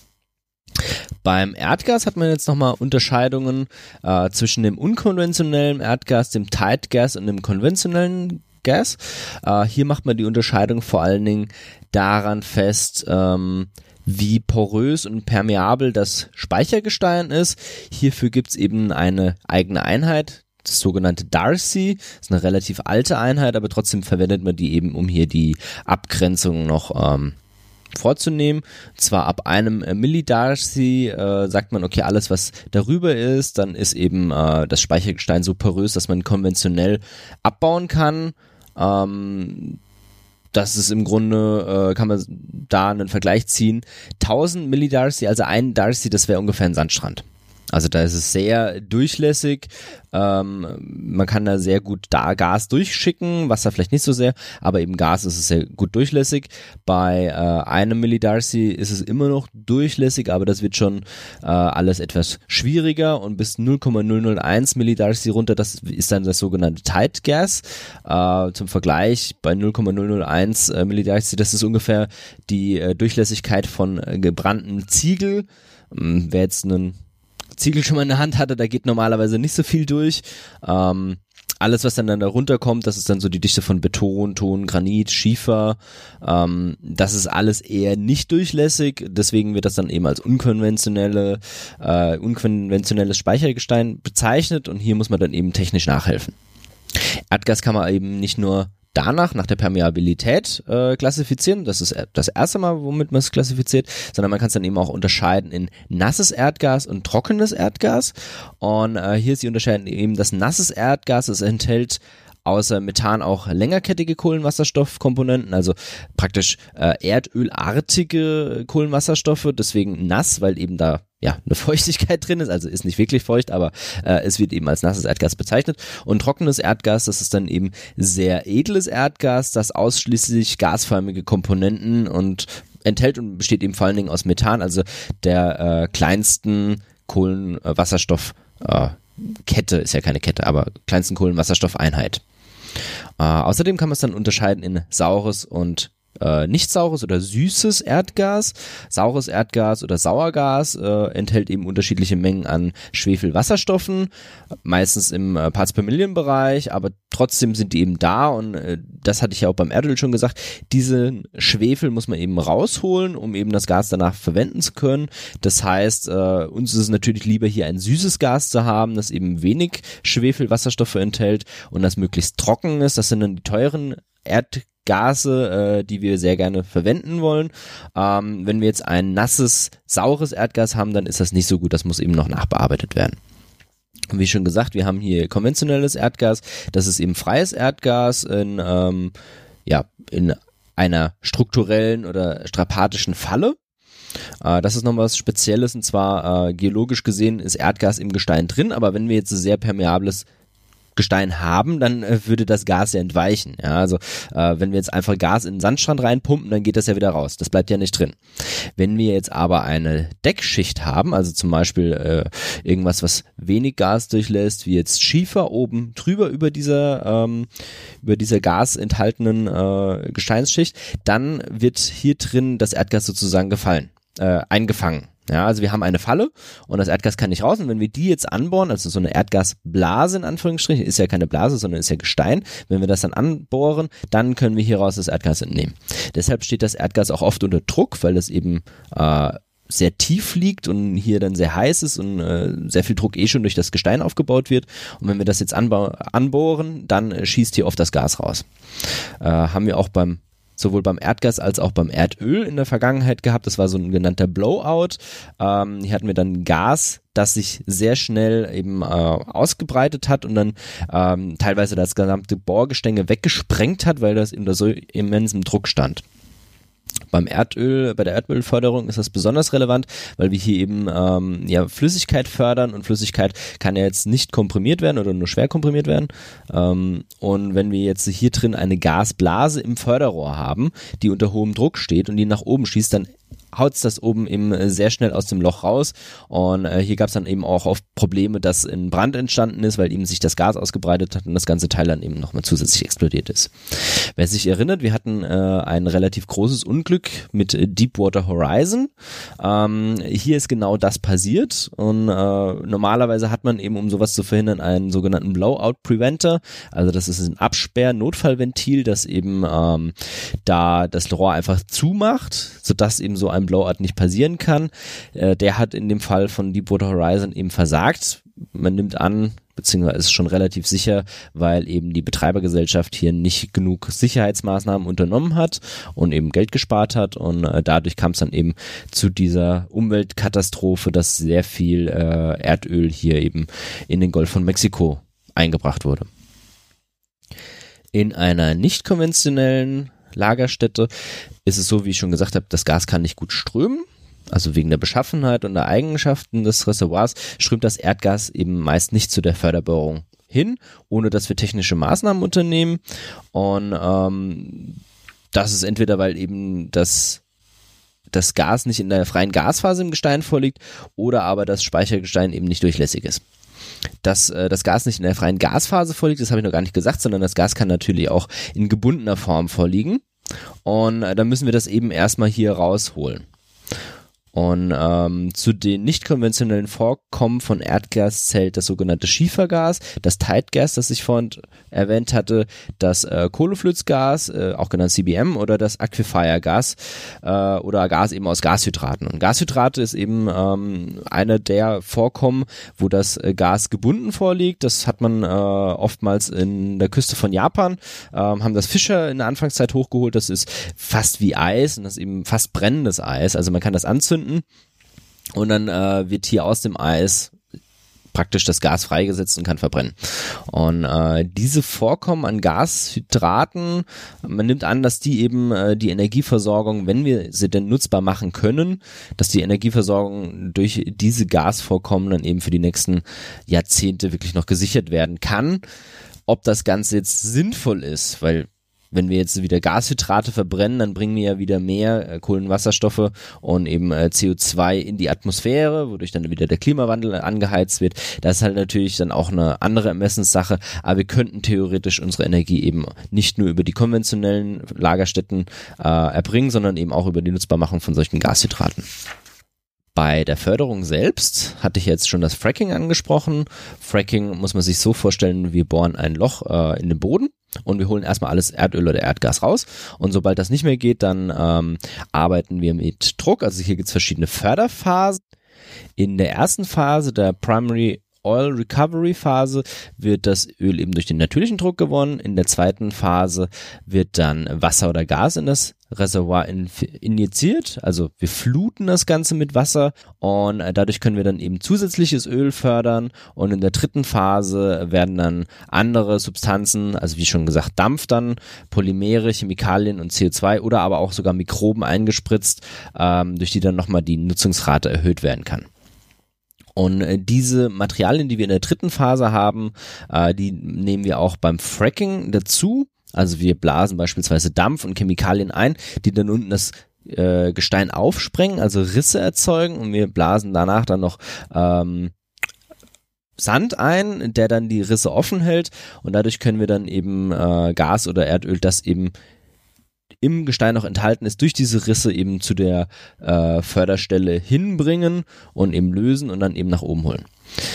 Beim Erdgas hat man jetzt nochmal Unterscheidungen äh, zwischen dem unkonventionellen Erdgas, dem Tight Gas und dem konventionellen Gas. Äh, hier macht man die Unterscheidung vor allen Dingen daran fest, ähm, wie porös und permeabel das Speichergestein ist. Hierfür gibt's eben eine eigene Einheit, das sogenannte Darcy. Das ist eine relativ alte Einheit, aber trotzdem verwendet man die eben, um hier die Abgrenzung noch ähm, vorzunehmen. Zwar ab einem äh, Millidarcy äh, sagt man, okay, alles was darüber ist, dann ist eben äh, das Speichergestein so porös, dass man konventionell abbauen kann. Ähm, das ist im Grunde, äh, kann man da einen Vergleich ziehen. tausend Millidarcy, also ein Darcy, das wäre ungefähr ein Sandstrand. Also da ist es sehr durchlässig, ähm, man kann da sehr gut da Gas durchschicken, Wasser vielleicht nicht so sehr, aber eben Gas ist es sehr gut durchlässig. Bei äh, einem Millidarcy ist es immer noch durchlässig, aber das wird schon äh, alles etwas schwieriger, und bis null Komma null null eins Millidarcy runter, das ist dann das sogenannte Tight Gas. Äh, zum Vergleich, bei null Komma null null eins äh, Millidarcy, das ist ungefähr die äh, Durchlässigkeit von äh, gebrannten Ziegel. Ähm, wer jetzt einen Ziegel schon mal in der Hand hatte, da geht normalerweise nicht so viel durch. Ähm, alles, was dann, dann da runterkommt, das ist dann so die Dichte von Beton, Ton, Granit, Schiefer. Ähm, das ist alles eher nicht durchlässig. Deswegen wird das dann eben als unkonventionelle, äh, unkonventionelles Speichergestein bezeichnet, und hier muss man dann eben technisch nachhelfen. Erdgas kann man eben nicht nur danach, nach der Permeabilität äh, klassifizieren, das ist das erste Mal, womit man es klassifiziert, sondern man kann es dann eben auch unterscheiden in nasses Erdgas und trockenes Erdgas, und äh, hier ist die Unterscheidung eben, dass nasses Erdgas, es enthält außer Methan auch längerkettige Kohlenwasserstoffkomponenten, also praktisch äh, erdölartige Kohlenwasserstoffe, deswegen nass, weil eben da ja eine Feuchtigkeit drin ist, also ist nicht wirklich feucht, aber äh, es wird eben als nasses Erdgas bezeichnet. Und trockenes Erdgas, das ist dann eben sehr edles Erdgas, das ausschließlich gasförmige Komponenten und enthält und besteht eben vor allen Dingen aus Methan, also der äh, kleinsten Kohlenwasserstoff äh, Kette, ist ja keine Kette, aber kleinsten Kohlenwasserstoffeinheit. Äh, außerdem kann man es dann unterscheiden in saures und äh, nicht saures oder süßes Erdgas. Saures Erdgas oder Sauergas äh, enthält eben unterschiedliche Mengen an Schwefelwasserstoffen, meistens im äh, Parts per Million Bereich, aber trotzdem sind die eben da, und äh, das hatte ich ja auch beim Erdöl schon gesagt, diesen Schwefel muss man eben rausholen, um eben das Gas danach verwenden zu können. Das heißt, äh, uns ist es natürlich lieber, hier ein süßes Gas zu haben, das eben wenig Schwefelwasserstoffe enthält und das möglichst trocken ist. Das sind dann die teuren Erdgase, äh, die wir sehr gerne verwenden wollen. Ähm, wenn wir jetzt ein nasses, saures Erdgas haben, dann ist das nicht so gut, das muss eben noch nachbearbeitet werden. Und wie schon gesagt, wir haben hier konventionelles Erdgas, das ist eben freies Erdgas in, ähm, ja, in einer strukturellen oder strapatischen Falle. Äh, das ist noch was Spezielles, und zwar äh, geologisch gesehen ist Erdgas im Gestein drin, aber wenn wir jetzt sehr permeables Gestein haben, dann äh, würde das Gas ja entweichen. Ja, also äh, wenn wir jetzt einfach Gas in den Sandstrand reinpumpen, dann geht das ja wieder raus. Das bleibt ja nicht drin. Wenn wir jetzt aber eine Deckschicht haben, also zum Beispiel äh, irgendwas, was wenig Gas durchlässt, wie jetzt Schiefer oben drüber über dieser ähm, über dieser Gas enthaltenen äh, Gesteinsschicht, dann wird hier drin das Erdgas sozusagen gefallen, äh, eingefangen. Ja, also wir haben eine Falle und das Erdgas kann nicht raus und wenn wir die jetzt anbohren, also so eine Erdgasblase in Anführungsstrichen, ist ja keine Blase, sondern ist ja Gestein, wenn wir das dann anbohren, dann können wir hieraus das Erdgas entnehmen. Deshalb steht das Erdgas auch oft unter Druck, weil das eben äh, sehr tief liegt und hier dann sehr heiß ist und äh, sehr viel Druck eh schon durch das Gestein aufgebaut wird und wenn wir das jetzt anba- anbohren, dann äh, schießt hier oft das Gas raus. Äh, haben wir auch beim sowohl beim Erdgas als auch beim Erdöl in der Vergangenheit gehabt. Das war so ein genannter Blowout. Ähm, hier hatten wir dann Gas, das sich sehr schnell eben äh, ausgebreitet hat und dann ähm, teilweise das gesamte Bohrgestänge weggesprengt hat, weil das unter so immensem Druck stand. Beim Erdöl, bei der Erdölförderung ist das besonders relevant, weil wir hier eben ähm, ja, Flüssigkeit fördern und Flüssigkeit kann ja jetzt nicht komprimiert werden oder nur schwer komprimiert werden. Ähm, und wenn wir jetzt hier drin eine Gasblase im Förderrohr haben, die unter hohem Druck steht und die nach oben schießt, dann haut's das oben eben sehr schnell aus dem Loch raus und äh, hier gab's dann eben auch oft Probleme, dass ein Brand entstanden ist, weil eben sich das Gas ausgebreitet hat und das ganze Teil dann eben nochmal zusätzlich explodiert ist. Wer sich erinnert, wir hatten äh, ein relativ großes Unglück mit äh, Deepwater Horizon. Ähm, hier ist genau das passiert und äh, normalerweise hat man eben, um sowas zu verhindern, einen sogenannten Blowout Preventer, also das ist ein Absperr-Notfallventil, das eben ähm, da das Rohr einfach zumacht, sodass eben so ein Blowout nicht passieren kann. Äh, der hat in dem Fall von Deepwater Horizon eben versagt. Man nimmt an, beziehungsweise ist schon relativ sicher, weil eben die Betreibergesellschaft hier nicht genug Sicherheitsmaßnahmen unternommen hat und eben Geld gespart hat und äh, dadurch kam es dann eben zu dieser Umweltkatastrophe, dass sehr viel äh, Erdöl hier eben in den Golf von Mexiko eingebracht wurde. In einer nicht konventionellen Lagerstätte ist es so, wie ich schon gesagt habe, das Gas kann nicht gut strömen, also wegen der Beschaffenheit und der Eigenschaften des Reservoirs strömt das Erdgas eben meist nicht zu der Förderbohrung hin, ohne dass wir technische Maßnahmen unternehmen und ähm, das ist entweder, weil eben das das Gas nicht in der freien Gasphase im Gestein vorliegt oder aber das Speichergestein eben nicht durchlässig ist. Dass äh, das Gas nicht in der freien Gasphase vorliegt, das habe ich noch gar nicht gesagt, sondern das Gas kann natürlich auch in gebundener Form vorliegen und äh, dann müssen wir das eben erstmal hier rausholen. Und ähm, zu den nicht konventionellen Vorkommen von Erdgas zählt das sogenannte Schiefergas, das Tight Gas, das ich vorhin erwähnt hatte, das äh, Kohleflützgas, äh, auch genannt C B M, oder das Aquifer-Gas äh, oder Gas eben aus Gashydraten. Und Gashydrate ist eben ähm, einer der Vorkommen, wo das äh, Gas gebunden vorliegt. Das hat man äh, oftmals in der Küste von Japan, äh, haben das Fischer in der Anfangszeit hochgeholt. Das ist fast wie Eis und das ist eben fast brennendes Eis. Also man kann das anzünden und dann äh, wird hier aus dem Eis praktisch das Gas freigesetzt und kann verbrennen. Und äh, diese Vorkommen an Gashydraten, man nimmt an, dass die eben äh, die Energieversorgung, wenn wir sie denn nutzbar machen können, dass die Energieversorgung durch diese Gasvorkommen dann eben für die nächsten Jahrzehnte wirklich noch gesichert werden kann. Ob das Ganze jetzt sinnvoll ist, weil wenn wir jetzt wieder Gashydrate verbrennen, dann bringen wir ja wieder mehr äh, Kohlenwasserstoffe und eben äh, C O zwei in die Atmosphäre, wodurch dann wieder der Klimawandel angeheizt wird. Das ist halt natürlich dann auch eine andere Ermessenssache, aber wir könnten theoretisch unsere Energie eben nicht nur über die konventionellen Lagerstätten äh, erbringen, sondern eben auch über die Nutzbarmachung von solchen Gashydraten. Bei der Förderung selbst hatte ich jetzt schon das Fracking angesprochen. Fracking muss man sich so vorstellen, wir bohren ein Loch äh, in den Boden und wir holen erstmal alles Erdöl oder Erdgas raus und sobald das nicht mehr geht, dann ähm, arbeiten wir mit Druck. Also hier gibt es verschiedene Förderphasen. In der ersten Phase, der Primary Oil Recovery Phase, wird das Öl eben durch den natürlichen Druck gewonnen. In der zweiten Phase wird dann Wasser oder Gas in das Reservoir in, injiziert, also wir fluten das Ganze mit Wasser und dadurch können wir dann eben zusätzliches Öl fördern und in der dritten Phase werden dann andere Substanzen, also wie schon gesagt Dampf dann, Polymere, Chemikalien und C O zwei oder aber auch sogar Mikroben eingespritzt, ähm, durch die dann nochmal die Nutzungsrate erhöht werden kann. Und äh, diese Materialien, die wir in der dritten Phase haben, äh, die nehmen wir auch beim Fracking dazu. Also wir blasen beispielsweise Dampf und Chemikalien ein, die dann unten das äh, Gestein aufsprengen, also Risse erzeugen, und wir blasen danach dann noch ähm, Sand ein, der dann die Risse offen hält, und dadurch können wir dann eben äh, Gas oder Erdöl, das eben im Gestein noch enthalten ist, durch diese Risse eben zu der äh, Förderstelle hinbringen und eben lösen und dann eben nach oben holen.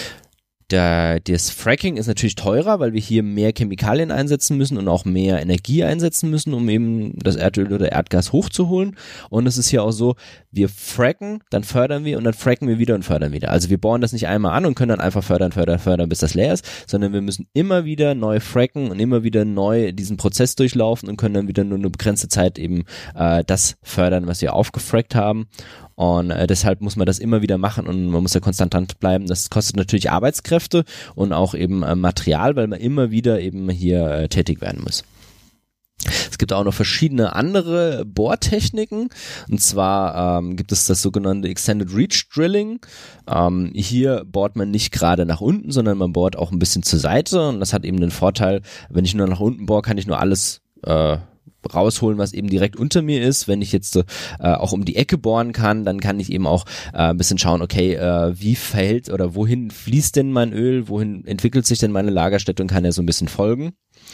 Der, das Fracking ist natürlich teurer, weil wir hier mehr Chemikalien einsetzen müssen und auch mehr Energie einsetzen müssen, um eben das Erdöl oder Erdgas hochzuholen. Und es ist hier auch so, wir fracken, dann fördern wir und dann fracken wir wieder und fördern wieder. Also wir bohren das nicht einmal an und können dann einfach fördern, fördern, fördern, bis das leer ist, sondern wir müssen immer wieder neu fracken und immer wieder neu diesen Prozess durchlaufen und können dann wieder nur eine begrenzte Zeit eben äh, das fördern, was wir aufgefrackt haben. Und äh, deshalb muss man das immer wieder machen und man muss da konstant dran bleiben. Das kostet natürlich Arbeitskräfte und auch eben äh, Material, weil man immer wieder eben hier äh, tätig werden muss. Es gibt auch noch verschiedene andere Bohrtechniken, und zwar ähm, gibt es das sogenannte Extended Reach Drilling. Ähm, hier bohrt man nicht gerade nach unten, sondern man bohrt auch ein bisschen zur Seite, und das hat eben den Vorteil, wenn ich nur nach unten bohre, kann ich nur alles äh, rausholen, was eben direkt unter mir ist. Wenn ich jetzt äh, auch um die Ecke bohren kann, dann kann ich eben auch äh, ein bisschen schauen, okay, äh, wie verhält oder wohin fließt denn mein Öl, wohin entwickelt sich denn meine Lagerstätte, und kann ja so ein bisschen folgen.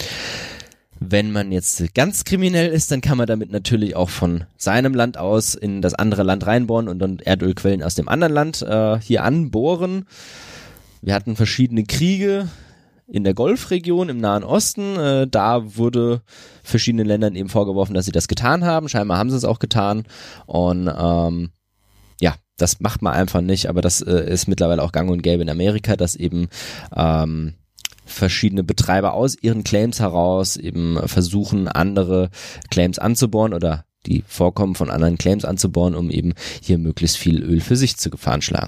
Wenn man jetzt ganz kriminell ist, dann kann man damit natürlich auch von seinem Land aus in das andere Land reinbohren und dann Erdölquellen aus dem anderen Land äh, hier anbohren. Wir hatten verschiedene Kriege in der Golfregion im Nahen Osten. Äh, da wurde verschiedenen Ländern eben vorgeworfen, dass sie das getan haben. Scheinbar haben sie es auch getan. Und ähm, ja, das macht man einfach nicht. Aber das äh, ist mittlerweile auch gang und gäbe in Amerika, dass eben ähm, verschiedene Betreiber aus ihren Claims heraus eben versuchen, andere Claims anzubohren oder die Vorkommen von anderen Claims anzubohren, um eben hier möglichst viel Öl für sich zu veranschlagen.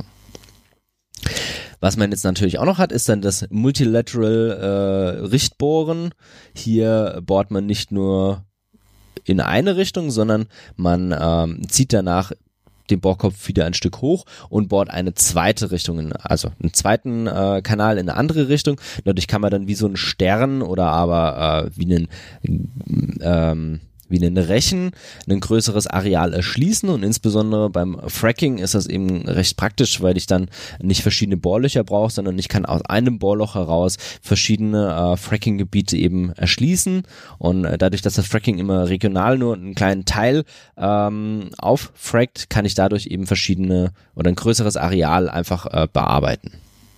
Was man jetzt natürlich auch noch hat, ist dann das Multilateral äh, Richtbohren. Hier bohrt man nicht nur in eine Richtung, sondern man ähm, zieht danach den Bohrkopf wieder ein Stück hoch und bohrt eine zweite Richtung, in, also einen zweiten äh, Kanal in eine andere Richtung. Dadurch kann man dann wie so einen Stern oder aber äh, wie einen ähm, wie einen Rechen ein größeres Areal erschließen, und insbesondere beim Fracking ist das eben recht praktisch, weil ich dann nicht verschiedene Bohrlöcher brauche, sondern ich kann aus einem Bohrloch heraus verschiedene äh, Fracking-Gebiete eben erschließen, und äh, dadurch, dass das Fracking immer regional nur einen kleinen Teil ähm, auffrackt, kann ich dadurch eben verschiedene oder ein größeres Areal einfach äh, bearbeiten.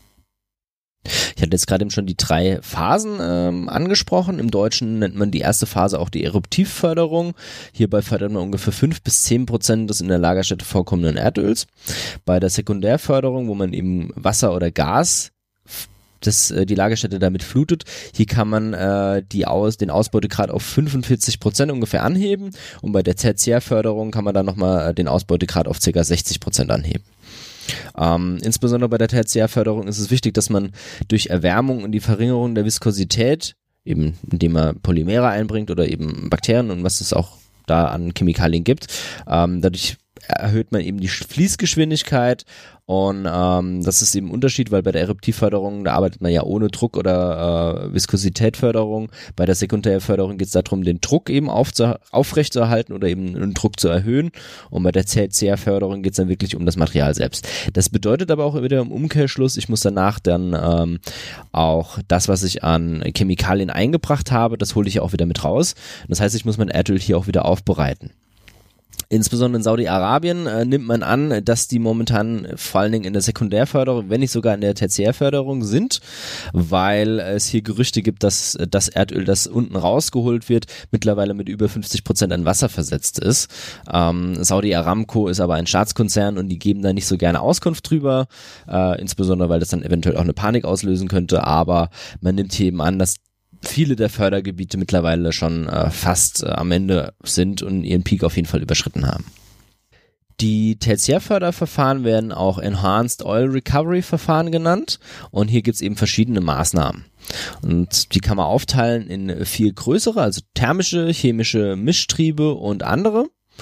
Ich hatte jetzt gerade eben schon die drei Phasen ähm, angesprochen. Im Deutschen nennt man die erste Phase auch die Eruptivförderung. Hierbei fördert man ungefähr fünf bis zehn Prozent des in der Lagerstätte vorkommenden Erdöls. Bei der Sekundärförderung, wo man eben Wasser oder Gas das, äh, die Lagerstätte damit flutet, hier kann man äh, die aus, den Ausbeutegrad auf fünfundvierzig Prozent ungefähr anheben, und bei der Tertiärförderung kann man dann nochmal den Ausbeutegrad auf ca. sechzig Prozent anheben. Ähm, insbesondere bei der Tertiärförderung ist es wichtig, dass man durch Erwärmung und die Verringerung der Viskosität, eben indem man Polymere einbringt oder eben Bakterien und was es auch da an Chemikalien gibt, ähm, dadurch erhöht man eben die Fließgeschwindigkeit, und ähm, das ist eben ein Unterschied, weil bei der Eruptivförderung, da arbeitet man ja ohne Druck oder äh, Viskositätförderung. Bei der Sekundärförderung geht es darum, den Druck eben aufzu- aufrechtzuerhalten oder eben den Druck zu erhöhen, und bei der Tertiärförderung geht es dann wirklich um das Material selbst. Das bedeutet aber auch wieder im Umkehrschluss, ich muss danach dann ähm, auch das, was ich an Chemikalien eingebracht habe, das hole ich ja auch wieder mit raus. Das heißt, ich muss mein Erdöl hier auch wieder aufbereiten. Insbesondere in Saudi-Arabien äh, nimmt man an, dass die momentan vor allen Dingen in der Sekundärförderung, wenn nicht sogar in der Tertiärförderung sind, weil es hier Gerüchte gibt, dass das Erdöl, das unten rausgeholt wird, mittlerweile mit über fünfzig Prozent an Wasser versetzt ist. Ähm, Saudi Aramco ist aber ein Staatskonzern und die geben da nicht so gerne Auskunft drüber, äh, insbesondere weil das dann eventuell auch eine Panik auslösen könnte, aber man nimmt hier eben an, dass viele der Fördergebiete mittlerweile schon äh, fast äh, am Ende sind und ihren Peak auf jeden Fall überschritten haben. Die Tertiärförderverfahren werden auch Enhanced Oil Recovery Verfahren genannt, und hier gibt es eben verschiedene Maßnahmen. Und die kann man aufteilen in viel größere, also thermische, chemische Mischtriebe und andere.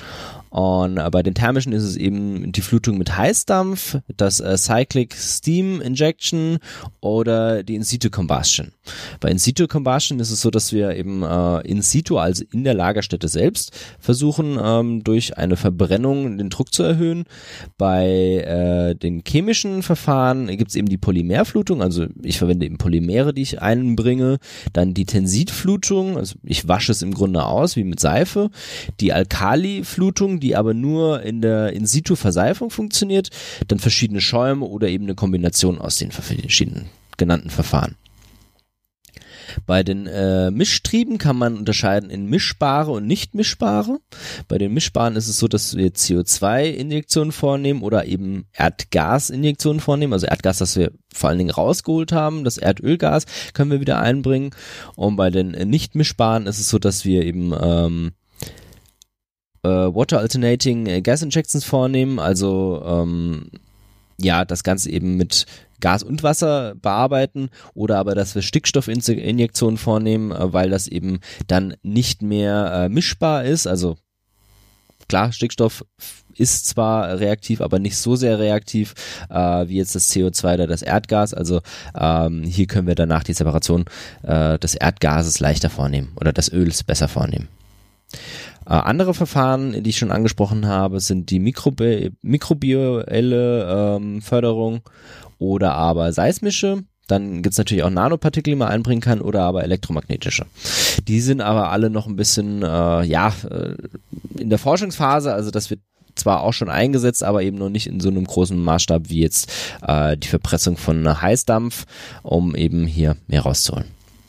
Und bei den thermischen ist es eben die Flutung mit Heißdampf, das äh, Cyclic Steam Injection oder die In-Situ-Combustion. Bei In-Situ-Combustion ist es so, dass wir eben äh, in situ, also in der Lagerstätte selbst, versuchen, ähm, durch eine Verbrennung den Druck zu erhöhen. Bei äh, den chemischen Verfahren gibt es eben die Polymerflutung, also ich verwende eben Polymere, die ich einbringe, dann die Tensidflutung, also ich wasche es im Grunde aus, wie mit Seife, die Alkaliflutung, die aber nur in der In-Situ-Verseifung funktioniert, dann verschiedene Schäume oder eben eine Kombination aus den verschiedenen genannten Verfahren. Bei den äh, Mischtrieben kann man unterscheiden in mischbare und nicht mischbare. Bei den mischbaren ist es so, dass wir C O zwei Injektionen vornehmen oder eben Erdgasinjektionen vornehmen. Also Erdgas, das wir vor allen Dingen rausgeholt haben, das Erdölgas können wir wieder einbringen. Und bei den äh, nicht mischbaren ist es so, dass wir eben ähm, äh, Water Alternating Gas Injections vornehmen. Also ähm, ja, das Ganze eben mit Gas und Wasser bearbeiten oder aber, dass wir Stickstoffinjektionen vornehmen, weil das eben dann nicht mehr äh, mischbar ist. Also klar, Stickstoff ist zwar reaktiv, aber nicht so sehr reaktiv äh, wie jetzt das C O zwei oder das Erdgas. Also ähm, hier können wir danach die Separation äh, des Erdgases leichter vornehmen oder des Öls besser vornehmen. Äh, andere Verfahren, die ich schon angesprochen habe, sind die Mikrobi- mikrobielle ähm, Förderung oder aber seismische. Dann gibt's natürlich auch Nanopartikel, die man einbringen kann, oder aber elektromagnetische. Die sind aber alle noch ein bisschen äh, ja äh, in der Forschungsphase, also das wird zwar auch schon eingesetzt, aber eben noch nicht in so einem großen Maßstab wie jetzt äh, die Verpressung von Heißdampf, um eben hier mehr rauszuholen.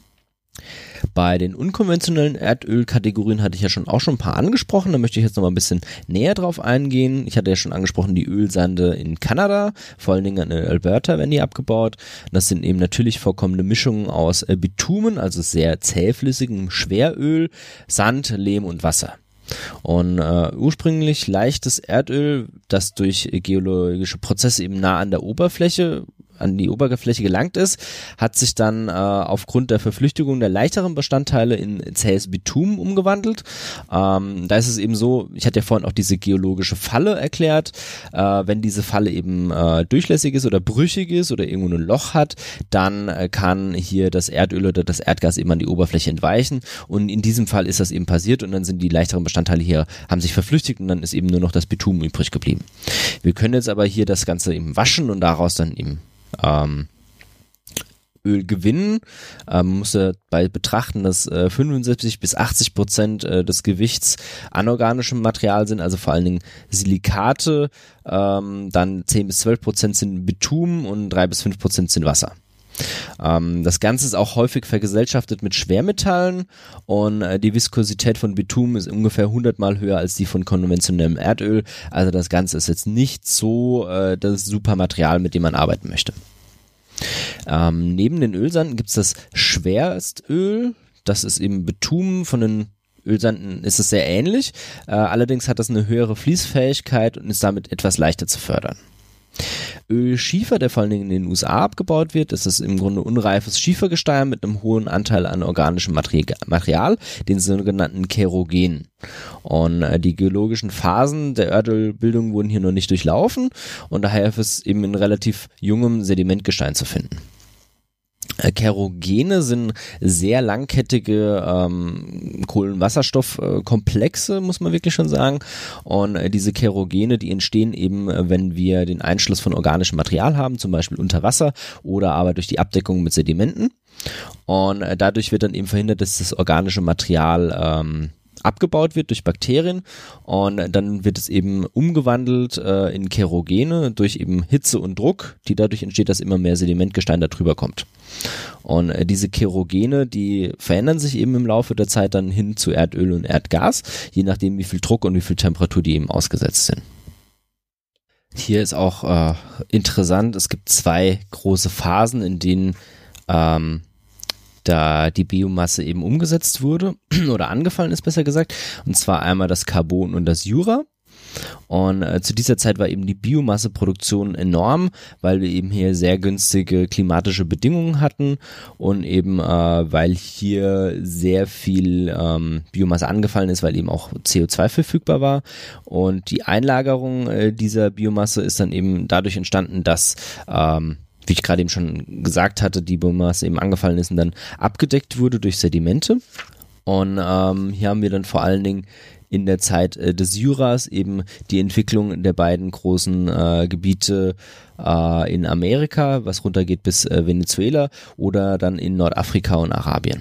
Bei den unkonventionellen Erdölkategorien hatte ich ja schon auch schon ein paar angesprochen, da möchte ich jetzt noch mal ein bisschen näher drauf eingehen. Ich hatte ja schon angesprochen, die Ölsande in Kanada, vor allen Dingen in Alberta werden die abgebaut. Das sind eben natürlich vorkommende Mischungen aus Bitumen, also sehr zähflüssigem Schweröl, Sand, Lehm und Wasser. Und äh, ursprünglich leichtes Erdöl, das durch geologische Prozesse eben nah an der Oberfläche an die Oberfläche gelangt ist, hat sich dann äh, aufgrund der Verflüchtigung der leichteren Bestandteile in zähes Bitumen umgewandelt. Ähm, da ist es eben so, ich hatte ja vorhin auch diese geologische Falle erklärt, äh, wenn diese Falle eben äh, durchlässig ist oder brüchig ist oder irgendwo ein Loch hat, dann äh, kann hier das Erdöl oder das Erdgas eben an die Oberfläche entweichen und in diesem Fall ist das eben passiert und dann sind die leichteren Bestandteile hier, haben sich verflüchtigt und dann ist eben nur noch das Bitumen übrig geblieben. Wir können jetzt aber hier das Ganze eben waschen und daraus dann eben Ähm, Öl gewinnen. Ähm, man muss dabei betrachten, dass äh, fünfundsiebzig bis achtzig Prozent äh, des Gewichts anorganischem Material sind, also vor allen Dingen Silikate, ähm, dann zehn bis zwölf Prozent sind Bitumen und drei bis fünf Prozent sind Wasser. Ähm, das Ganze ist auch häufig vergesellschaftet mit Schwermetallen und äh, die Viskosität von Bitumen ist ungefähr hundert Mal höher als die von konventionellem Erdöl. Also das Ganze ist jetzt nicht so äh, das super Material, mit dem man arbeiten möchte. Ähm, neben den Ölsanden gibt es das Schwerstöl. Das ist eben Bitumen. Von den Ölsanden ist es sehr ähnlich. Äh, allerdings hat das eine höhere Fließfähigkeit und ist damit etwas leichter zu fördern. Ölschiefer, der vor allen Dingen in den U S A abgebaut wird, das ist im Grunde unreifes Schiefergestein mit einem hohen Anteil an organischem Material, den sogenannten Kerogenen. Und äh, die geologischen Phasen der Erdölbildung wurden hier noch nicht durchlaufen und daher ist es eben in relativ jungem Sedimentgestein zu finden. Kerogene sind sehr langkettige ähm, Kohlenwasserstoffkomplexe, muss man wirklich schon sagen. Und äh, diese Kerogene, die entstehen eben, äh, wenn wir den Einschluss von organischem Material haben, zum Beispiel unter Wasser oder aber durch die Abdeckung mit Sedimenten. Und äh, dadurch wird dann eben verhindert, dass das organische Material ähm, abgebaut wird durch Bakterien und dann wird es eben umgewandelt äh, in Kerogene durch eben Hitze und Druck, die dadurch entsteht, dass immer mehr Sedimentgestein da drüber kommt. Und äh, diese Kerogene, die verändern sich eben im Laufe der Zeit dann hin zu Erdöl und Erdgas, je nachdem wie viel Druck und wie viel Temperatur die eben ausgesetzt sind. Hier ist auch äh, interessant, es gibt zwei große Phasen, in denen ähm, da die Biomasse eben umgesetzt wurde oder angefallen ist, besser gesagt. Und zwar einmal das Carbon und das Jura. Und äh, zu dieser Zeit war eben die Biomasseproduktion enorm, weil wir eben hier sehr günstige klimatische Bedingungen hatten und eben äh, weil hier sehr viel ähm, Biomasse angefallen ist, weil eben auch C O zwei verfügbar war. Und die Einlagerung äh, dieser Biomasse ist dann eben dadurch entstanden, dass ähm, wie ich gerade eben schon gesagt hatte, die Biomasse eben angefallen ist und dann abgedeckt wurde durch Sedimente. Und ähm, hier haben wir dann vor allen Dingen in der Zeit äh, des Juras eben die Entwicklung der beiden großen äh, Gebiete äh, in Amerika, was runtergeht bis äh, Venezuela oder dann in Nordafrika und Arabien.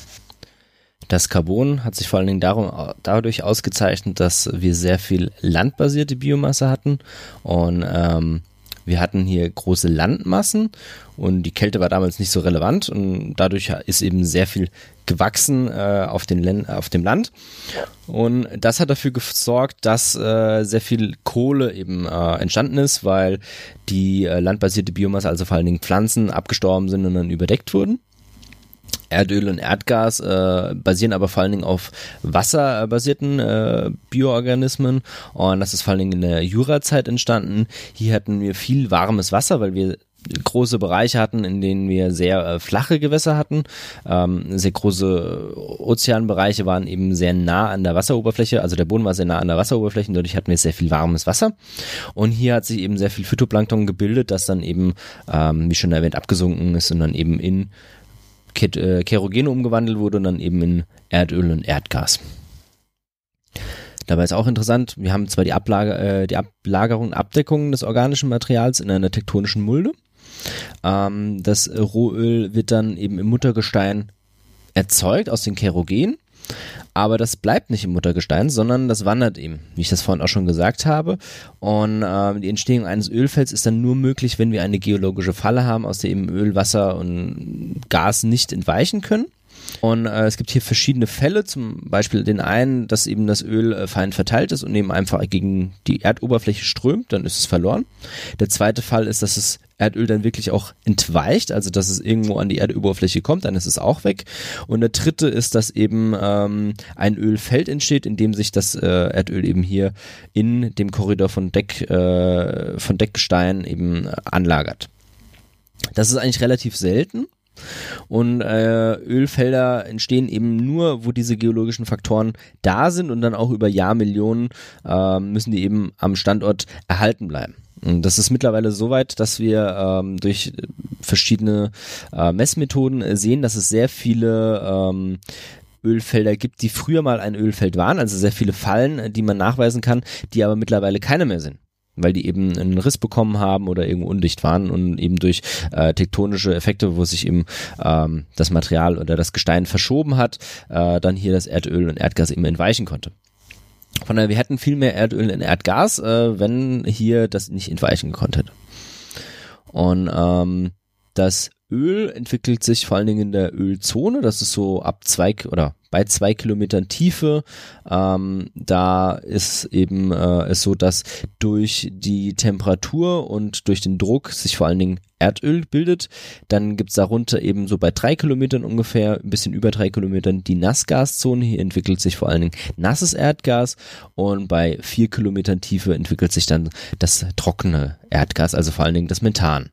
Das Carbon hat sich vor allen Dingen darum, dadurch ausgezeichnet, dass wir sehr viel landbasierte Biomasse hatten und ähm, wir hatten hier große Landmassen und die Kälte war damals nicht so relevant und dadurch ist eben sehr viel gewachsen äh, auf, den Len- auf dem Land und das hat dafür gesorgt, dass äh, sehr viel Kohle eben äh, entstanden ist, weil die äh, landbasierte Biomasse, also vor allen Dingen Pflanzen, abgestorben sind und dann überdeckt wurden. Erdöl und Erdgas äh, basieren aber vor allen Dingen auf wasserbasierten äh, Bioorganismen und das ist vor allen Dingen in der Jurazeit entstanden. Hier hatten wir viel warmes Wasser, weil wir große Bereiche hatten, in denen wir sehr äh, flache Gewässer hatten. Ähm, sehr große Ozeanbereiche waren eben sehr nah an der Wasseroberfläche, also der Boden war sehr nah an der Wasseroberfläche und dadurch hatten wir sehr viel warmes Wasser. Und hier hat sich eben sehr viel Phytoplankton gebildet, das dann eben, ähm, wie schon erwähnt, abgesunken ist und dann eben in Kerogene umgewandelt wurde und dann eben in Erdöl und Erdgas. Dabei ist auch interessant, wir haben zwar die, Ablager, äh, die Ablagerung und Abdeckung des organischen Materials in einer tektonischen Mulde. Ähm, das Rohöl wird dann eben im Muttergestein erzeugt aus den Kerogenen, aber das bleibt nicht im Muttergestein, sondern das wandert eben, wie ich das vorhin auch schon gesagt habe. Und äh, die Entstehung eines Ölfelds ist dann nur möglich, wenn wir eine geologische Falle haben, aus der eben Öl, Wasser und Gas nicht entweichen können. Und äh, es gibt hier verschiedene Fälle, zum Beispiel den einen, dass eben das Öl äh, fein verteilt ist und eben einfach gegen die Erdoberfläche strömt, dann ist es verloren. Der zweite Fall ist, dass das Erdöl dann wirklich auch entweicht, also dass es irgendwo an die Erdoberfläche kommt, dann ist es auch weg. Und der dritte ist, dass eben ähm, ein Ölfeld entsteht, in dem sich das äh, Erdöl eben hier in dem Korridor von Deck, äh, von Deckgestein eben äh, anlagert. Das ist eigentlich relativ selten. Und äh, Ölfelder entstehen eben nur, wo diese geologischen Faktoren da sind und dann auch über Jahrmillionen äh, müssen die eben am Standort erhalten bleiben. Und das ist mittlerweile so weit, dass wir ähm, durch verschiedene äh, Messmethoden sehen, dass es sehr viele ähm, Ölfelder gibt, die früher mal ein Ölfeld waren, also sehr viele Fallen, die man nachweisen kann, die aber mittlerweile keine mehr sind, weil die eben einen Riss bekommen haben oder irgendwo undicht waren und eben durch äh, tektonische Effekte, wo sich eben ähm, das Material oder das Gestein verschoben hat, äh, dann hier das Erdöl und Erdgas eben entweichen konnte. Von daher, wir hätten viel mehr Erdöl und Erdgas, äh, wenn hier das nicht entweichen gekonnt hätte. Und ähm, das Öl entwickelt sich vor allen Dingen in der Ölzone, das ist so ab zwei oder bei zwei Kilometern Tiefe. Ähm, da ist eben äh, es so, dass durch die Temperatur und durch den Druck sich vor allen Dingen Erdöl bildet. Dann gibt's darunter eben so bei drei Kilometern ungefähr, ein bisschen über drei Kilometern die Nassgaszone. Hier entwickelt sich vor allen Dingen nasses Erdgas und bei vier Kilometern Tiefe entwickelt sich dann das trockene Erdgas, also vor allen Dingen das Methan.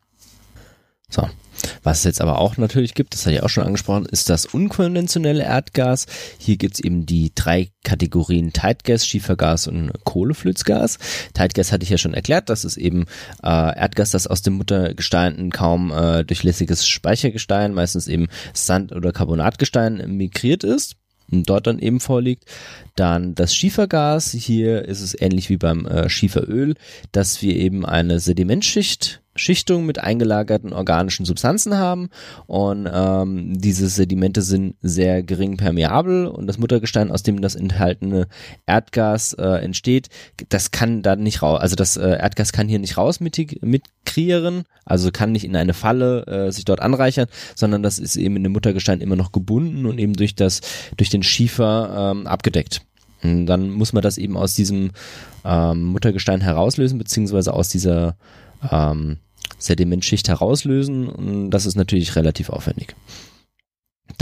So. Was es jetzt aber auch natürlich gibt, das hatte ich auch schon angesprochen, ist das unkonventionelle Erdgas. Hier gibt's eben die drei Kategorien Tidegas, Schiefergas und Kohleflüssgas. Tidegas hatte ich ja schon erklärt, das ist eben äh, Erdgas, das aus dem Muttergestein ein kaum äh, durchlässiges Speichergestein, meistens eben Sand- oder Carbonatgestein migriert ist und dort dann eben vorliegt. Dann das Schiefergas, hier ist es ähnlich wie beim äh, Schieferöl, dass wir eben eine Sedimentschicht Schichtung mit eingelagerten organischen Substanzen haben und ähm, diese Sedimente sind sehr gering permeabel und das Muttergestein, aus dem das enthaltene Erdgas äh, entsteht, das kann da nicht raus, also das äh, Erdgas kann hier nicht raus mitkreieren, also kann nicht in eine Falle äh, sich dort anreichern, sondern das ist eben in dem Muttergestein immer noch gebunden und eben durch das durch den Schiefer ähm, abgedeckt. Und dann muss man das eben aus diesem ähm, Muttergestein herauslösen, beziehungsweise aus dieser ähm, Sedimentschicht herauslösen und das ist natürlich relativ aufwendig.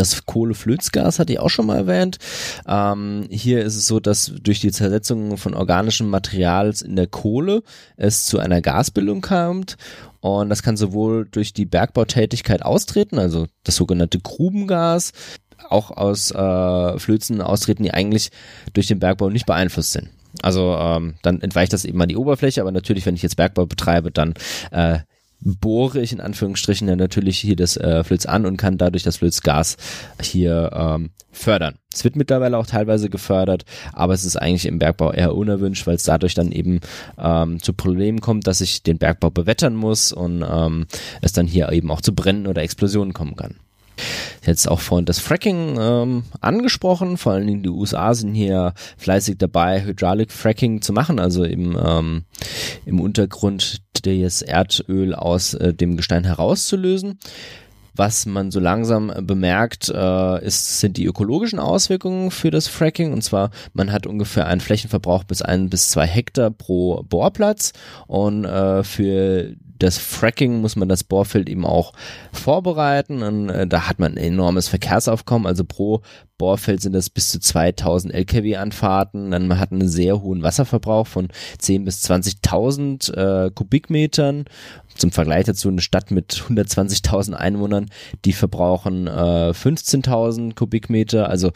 Das Kohleflötsgas hatte ich auch schon mal erwähnt. Ähm, hier ist es so, dass durch die Zersetzung von organischem Materials in der Kohle es zu einer Gasbildung kommt. Und das kann sowohl durch die Bergbautätigkeit austreten, also das sogenannte Grubengas, auch aus äh, Flözen austreten, die eigentlich durch den Bergbau nicht beeinflusst sind. Also ähm, dann entweicht das eben an die Oberfläche, aber natürlich, wenn ich jetzt Bergbau betreibe, dann äh, bohre ich in Anführungsstrichen ja natürlich hier das äh, Flöz an und kann dadurch das Flözgas hier ähm, fördern. Es wird mittlerweile auch teilweise gefördert, aber es ist eigentlich im Bergbau eher unerwünscht, weil es dadurch dann eben ähm, zu Problemen kommt, dass ich den Bergbau bewettern muss und ähm, es dann hier eben auch zu Bränden oder Explosionen kommen kann. Jetzt auch vorhin das Fracking ähm, angesprochen, vor allen Dingen die U S A sind hier fleißig dabei, Hydraulic Fracking zu machen, also im, ähm, im Untergrund das Erdöl aus äh, dem Gestein herauszulösen. Was man so langsam bemerkt, äh, ist, sind die ökologischen Auswirkungen für das Fracking. Und zwar, man hat ungefähr einen Flächenverbrauch bis ein bis zwei Hektar pro Bohrplatz. Und äh, für das Fracking muss man das Bohrfeld eben auch vorbereiten. Und äh, da hat man ein enormes Verkehrsaufkommen. Also pro Bohrfeld sind das bis zu zweitausend L K W-Anfahrten. Dann man hat einen sehr hohen Wasserverbrauch von zehntausend bis zwanzigtausend äh, Kubikmetern. Zum Vergleich dazu eine Stadt mit hundertzwanzigtausend Einwohnern, die verbrauchen äh, fünfzehntausend Kubikmeter, also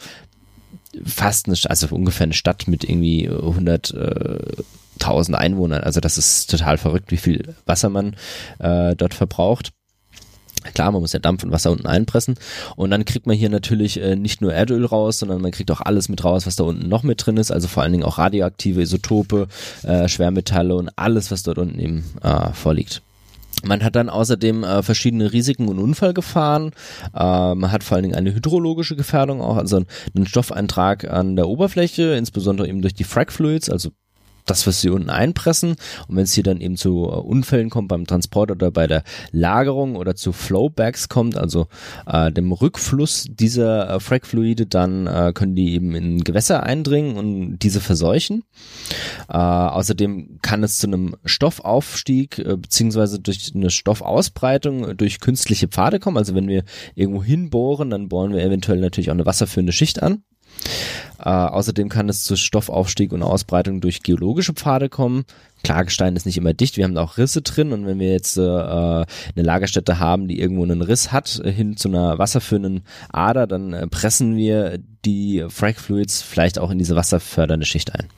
fast eine, also ungefähr eine Stadt mit irgendwie hunderttausend Einwohnern. Also das ist total verrückt, wie viel Wasser man äh, dort verbraucht. Klar, man muss ja Dampf und Wasser unten einpressen und dann kriegt man hier natürlich äh, nicht nur Erdöl raus, sondern man kriegt auch alles mit raus, was da unten noch mit drin ist, also vor allen Dingen auch radioaktive Isotope, äh, Schwermetalle und alles, was dort unten eben äh, vorliegt. Man hat dann außerdem äh, verschiedene Risiken und Unfallgefahren. Äh, man hat vor allen Dingen eine hydrologische Gefährdung, auch also einen Stoffeintrag an der Oberfläche, insbesondere eben durch die Frac Fluids, also das, was sie unten einpressen. Und wenn es hier dann eben zu äh, Unfällen kommt beim Transport oder bei der Lagerung oder zu Flowbacks kommt, also äh, dem Rückfluss dieser äh, Frac-Fluide, dann äh, können die eben in Gewässer eindringen und diese verseuchen. Äh, außerdem kann es zu einem Stoffaufstieg äh, beziehungsweise durch eine Stoffausbreitung äh, durch künstliche Pfade kommen. Also wenn wir irgendwo hinbohren, dann bohren wir eventuell natürlich auch eine wasserführende Schicht an. Äh, außerdem kann es zu Stoffaufstieg und Ausbreitung durch geologische Pfade kommen. Klar, Gestein ist nicht immer dicht, wir haben da auch Risse drin und wenn wir jetzt äh, eine Lagerstätte haben, die irgendwo einen Riss hat, äh, hin zu einer wasserführenden Ader, dann äh, pressen wir die Frac Fluids vielleicht auch in diese wasserfördernde Schicht ein.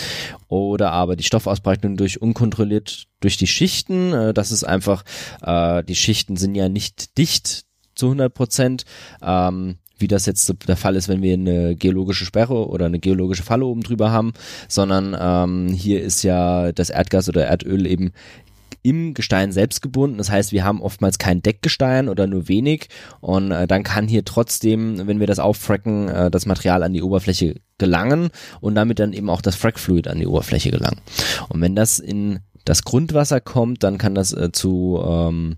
Oder aber die Stoffausbreitung durch unkontrolliert durch die Schichten, äh, das ist einfach, äh, die Schichten sind ja nicht dicht zu hundert Prozent, ähm, wie das jetzt der Fall ist, wenn wir eine geologische Sperre oder eine geologische Falle oben drüber haben, sondern ähm, hier ist ja das Erdgas oder Erdöl eben im Gestein selbst gebunden. Das heißt, wir haben oftmals kein Deckgestein oder nur wenig und äh, dann kann hier trotzdem, wenn wir das auffracken, äh, das Material an die Oberfläche gelangen und damit dann eben auch das Frac-Fluid an die Oberfläche gelangen. Und wenn das in das Grundwasser kommt, dann kann das äh, zu ähm,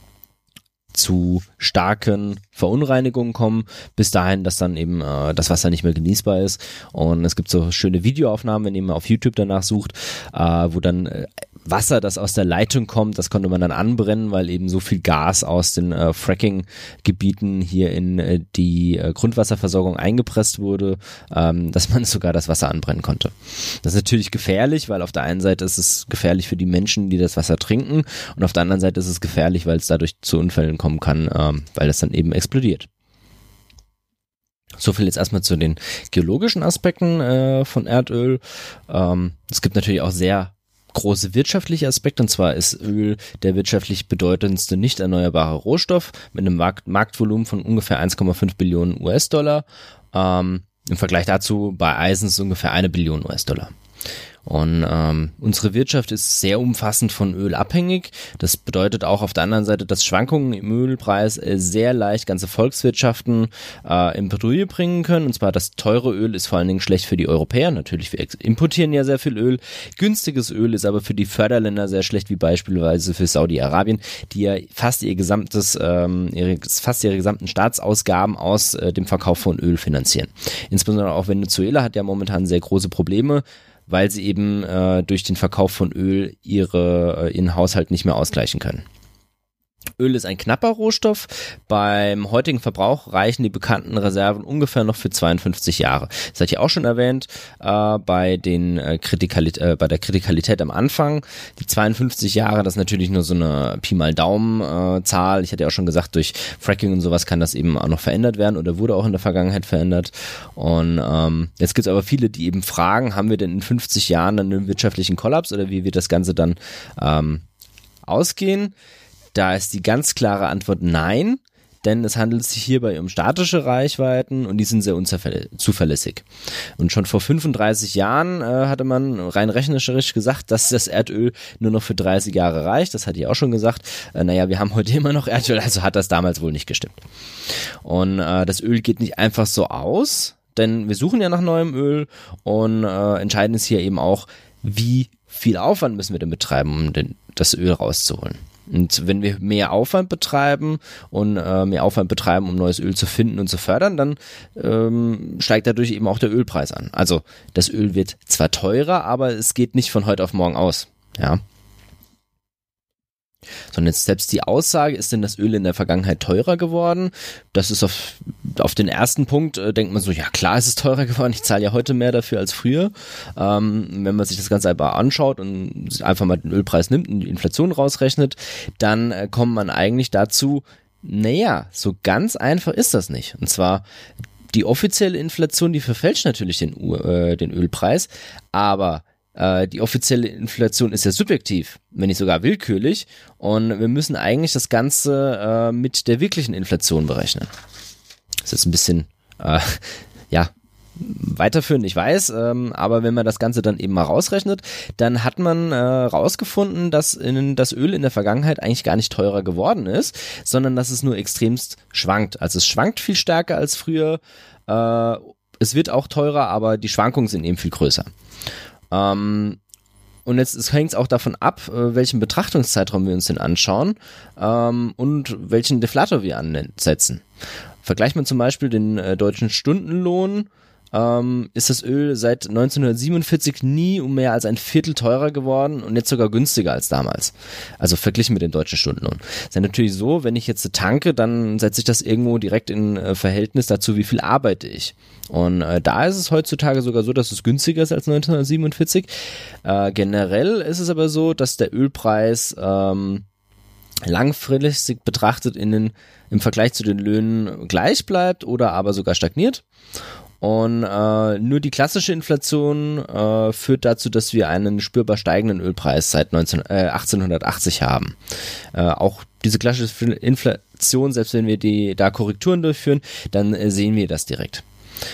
zu starken Verunreinigungen kommen, bis dahin, dass dann eben äh, das Wasser nicht mehr genießbar ist. Und es gibt so schöne Videoaufnahmen, wenn ihr mal auf YouTube danach sucht, äh, wo dann äh, Wasser, das aus der Leitung kommt, das konnte man dann anbrennen, weil eben so viel Gas aus den äh, Fracking-Gebieten hier in äh, die äh, Grundwasserversorgung eingepresst wurde, ähm, dass man sogar das Wasser anbrennen konnte. Das ist natürlich gefährlich, weil auf der einen Seite ist es gefährlich für die Menschen, die das Wasser trinken und auf der anderen Seite ist es gefährlich, weil es dadurch zu Unfällen kommen kann, ähm, weil es dann eben explodiert. So viel jetzt erstmal zu den geologischen Aspekten äh, von Erdöl. Ähm, es gibt natürlich auch sehr große wirtschaftliche Aspekte, und zwar ist Öl der wirtschaftlich bedeutendste nicht erneuerbare Rohstoff mit einem Markt- Marktvolumen von ungefähr eins Komma fünf Billionen U S-Dollar. Ähm, im Vergleich dazu bei Eisen ist es ungefähr eine Billion U S-Dollar. Und ähm, unsere Wirtschaft ist sehr umfassend von Öl abhängig. Das bedeutet auch auf der anderen Seite, dass Schwankungen im Ölpreis äh, sehr leicht ganze Volkswirtschaften äh, in Bredouille bringen können. Und zwar das teure Öl ist vor allen Dingen schlecht für die Europäer. Natürlich, wir importieren ja sehr viel Öl. Günstiges Öl ist aber für die Förderländer sehr schlecht, wie beispielsweise für Saudi-Arabien, die ja fast ihr gesamtes, ähm, ihre, fast ihre gesamten Staatsausgaben aus äh, dem Verkauf von Öl finanzieren. Insbesondere auch Venezuela hat ja momentan sehr große Probleme, weil sie eben äh, durch den Verkauf von Öl ihre, äh, ihren Haushalt nicht mehr ausgleichen können. Öl ist ein knapper Rohstoff. Beim heutigen Verbrauch reichen die bekannten Reserven ungefähr noch für zweiundfünfzig Jahre. Das hatte ich auch schon erwähnt, äh, bei, den, äh, Kritikalit- äh, bei der Kritikalität am Anfang. Die zweiundfünfzig Jahre, das ist natürlich nur so eine Pi mal Daumen äh, Zahl. Ich hatte ja auch schon gesagt, durch Fracking und sowas kann das eben auch noch verändert werden oder wurde auch in der Vergangenheit verändert. Und ähm, jetzt gibt es aber viele, die eben fragen, haben wir denn in fünfzig Jahren dann einen wirtschaftlichen Kollaps oder wie wird das Ganze dann ähm, ausgehen? Da ist die ganz klare Antwort nein, denn es handelt sich hierbei um statische Reichweiten und die sind sehr unzuverlässig. Und schon vor fünfunddreißig Jahren äh, hatte man rein rechnerisch gesagt, dass das Erdöl nur noch für dreißig Jahre reicht. Das hatte ich auch schon gesagt. Äh, naja, wir haben heute immer noch Erdöl, also hat das damals wohl nicht gestimmt. Und äh, das Öl geht nicht einfach so aus, denn wir suchen ja nach neuem Öl und äh, entscheidend ist hier eben auch, wie viel Aufwand müssen wir denn betreiben, um den, das Öl rauszuholen. Und wenn wir mehr Aufwand betreiben und äh, mehr Aufwand betreiben, um neues Öl zu finden und zu fördern, dann ähm, steigt dadurch eben auch der Ölpreis an. Also das Öl wird zwar teurer, aber es geht nicht von heute auf morgen aus. Ja. Sondern jetzt selbst die Aussage, ist denn das Öl in der Vergangenheit teurer geworden? Das ist auf, auf den ersten Punkt, äh, denkt man so, ja klar ist es teurer geworden, ich zahle ja heute mehr dafür als früher. Ähm, wenn man sich das Ganze einfach anschaut und einfach mal den Ölpreis nimmt und die Inflation rausrechnet, dann äh, kommt man eigentlich dazu, naja, so ganz einfach ist das nicht. Und zwar die offizielle Inflation, die verfälscht natürlich den, äh, den Ölpreis, aber die offizielle Inflation ist ja subjektiv, wenn nicht sogar willkürlich, und wir müssen eigentlich das Ganze äh, mit der wirklichen Inflation berechnen. Das ist jetzt ein bisschen, äh, ja, weiterführend, ich weiß, ähm, aber wenn man das Ganze dann eben mal rausrechnet, dann hat man äh, rausgefunden, dass in, das Öl in der Vergangenheit eigentlich gar nicht teurer geworden ist, sondern dass es nur extremst schwankt. Also es schwankt viel stärker als früher, äh, es wird auch teurer, aber die Schwankungen sind eben viel größer. Ähm, und jetzt hängt es auch davon ab, äh, welchen Betrachtungszeitraum wir uns denn anschauen ähm, und welchen Deflator wir ansetzen. Vergleicht man zum Beispiel den äh, deutschen Stundenlohn, ähm, ist das Öl seit neunzehnhundertsiebenundvierzig nie um mehr als ein Viertel teurer geworden und jetzt sogar günstiger als damals. Also verglichen mit dem deutschen Stundenlohn. Ist ja natürlich so, wenn ich jetzt tanke, dann setze ich das irgendwo direkt in äh, Verhältnis dazu, wie viel arbeite ich. Und äh, da ist es heutzutage sogar so, dass es günstiger ist als neunzehnhundertsiebenundvierzig. Äh, generell ist es aber so, dass der Ölpreis ähm, langfristig betrachtet in den, im Vergleich zu den Löhnen gleich bleibt oder aber sogar stagniert. Und äh, nur die klassische Inflation äh, führt dazu, dass wir einen spürbar steigenden Ölpreis seit neunzehn, äh, achtzehnhundertachtzig haben. Äh, auch diese klassische Inflation, selbst wenn wir die da Korrekturen durchführen, dann äh, sehen wir das direkt.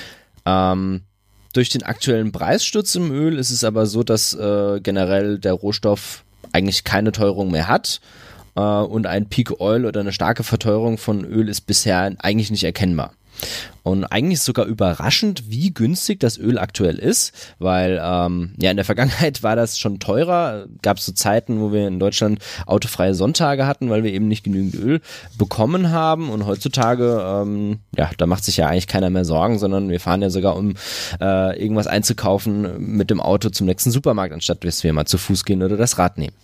Ähm, durch den aktuellen Preissturz im Öl ist es aber so, dass äh, generell der Rohstoff eigentlich keine Teuerung mehr hat äh, und ein Peak Oil oder eine starke Verteuerung von Öl ist bisher eigentlich nicht erkennbar. Und eigentlich sogar überraschend, wie günstig das Öl aktuell ist, weil ähm, ja in der Vergangenheit war das schon teurer. Gab es so Zeiten, wo wir in Deutschland autofreie Sonntage hatten, weil wir eben nicht genügend Öl bekommen haben. Und heutzutage, ähm, ja, da macht sich ja eigentlich keiner mehr Sorgen, sondern wir fahren ja sogar, um äh, irgendwas einzukaufen, mit dem Auto zum nächsten Supermarkt, anstatt dass wir mal zu Fuß gehen oder das Rad nehmen.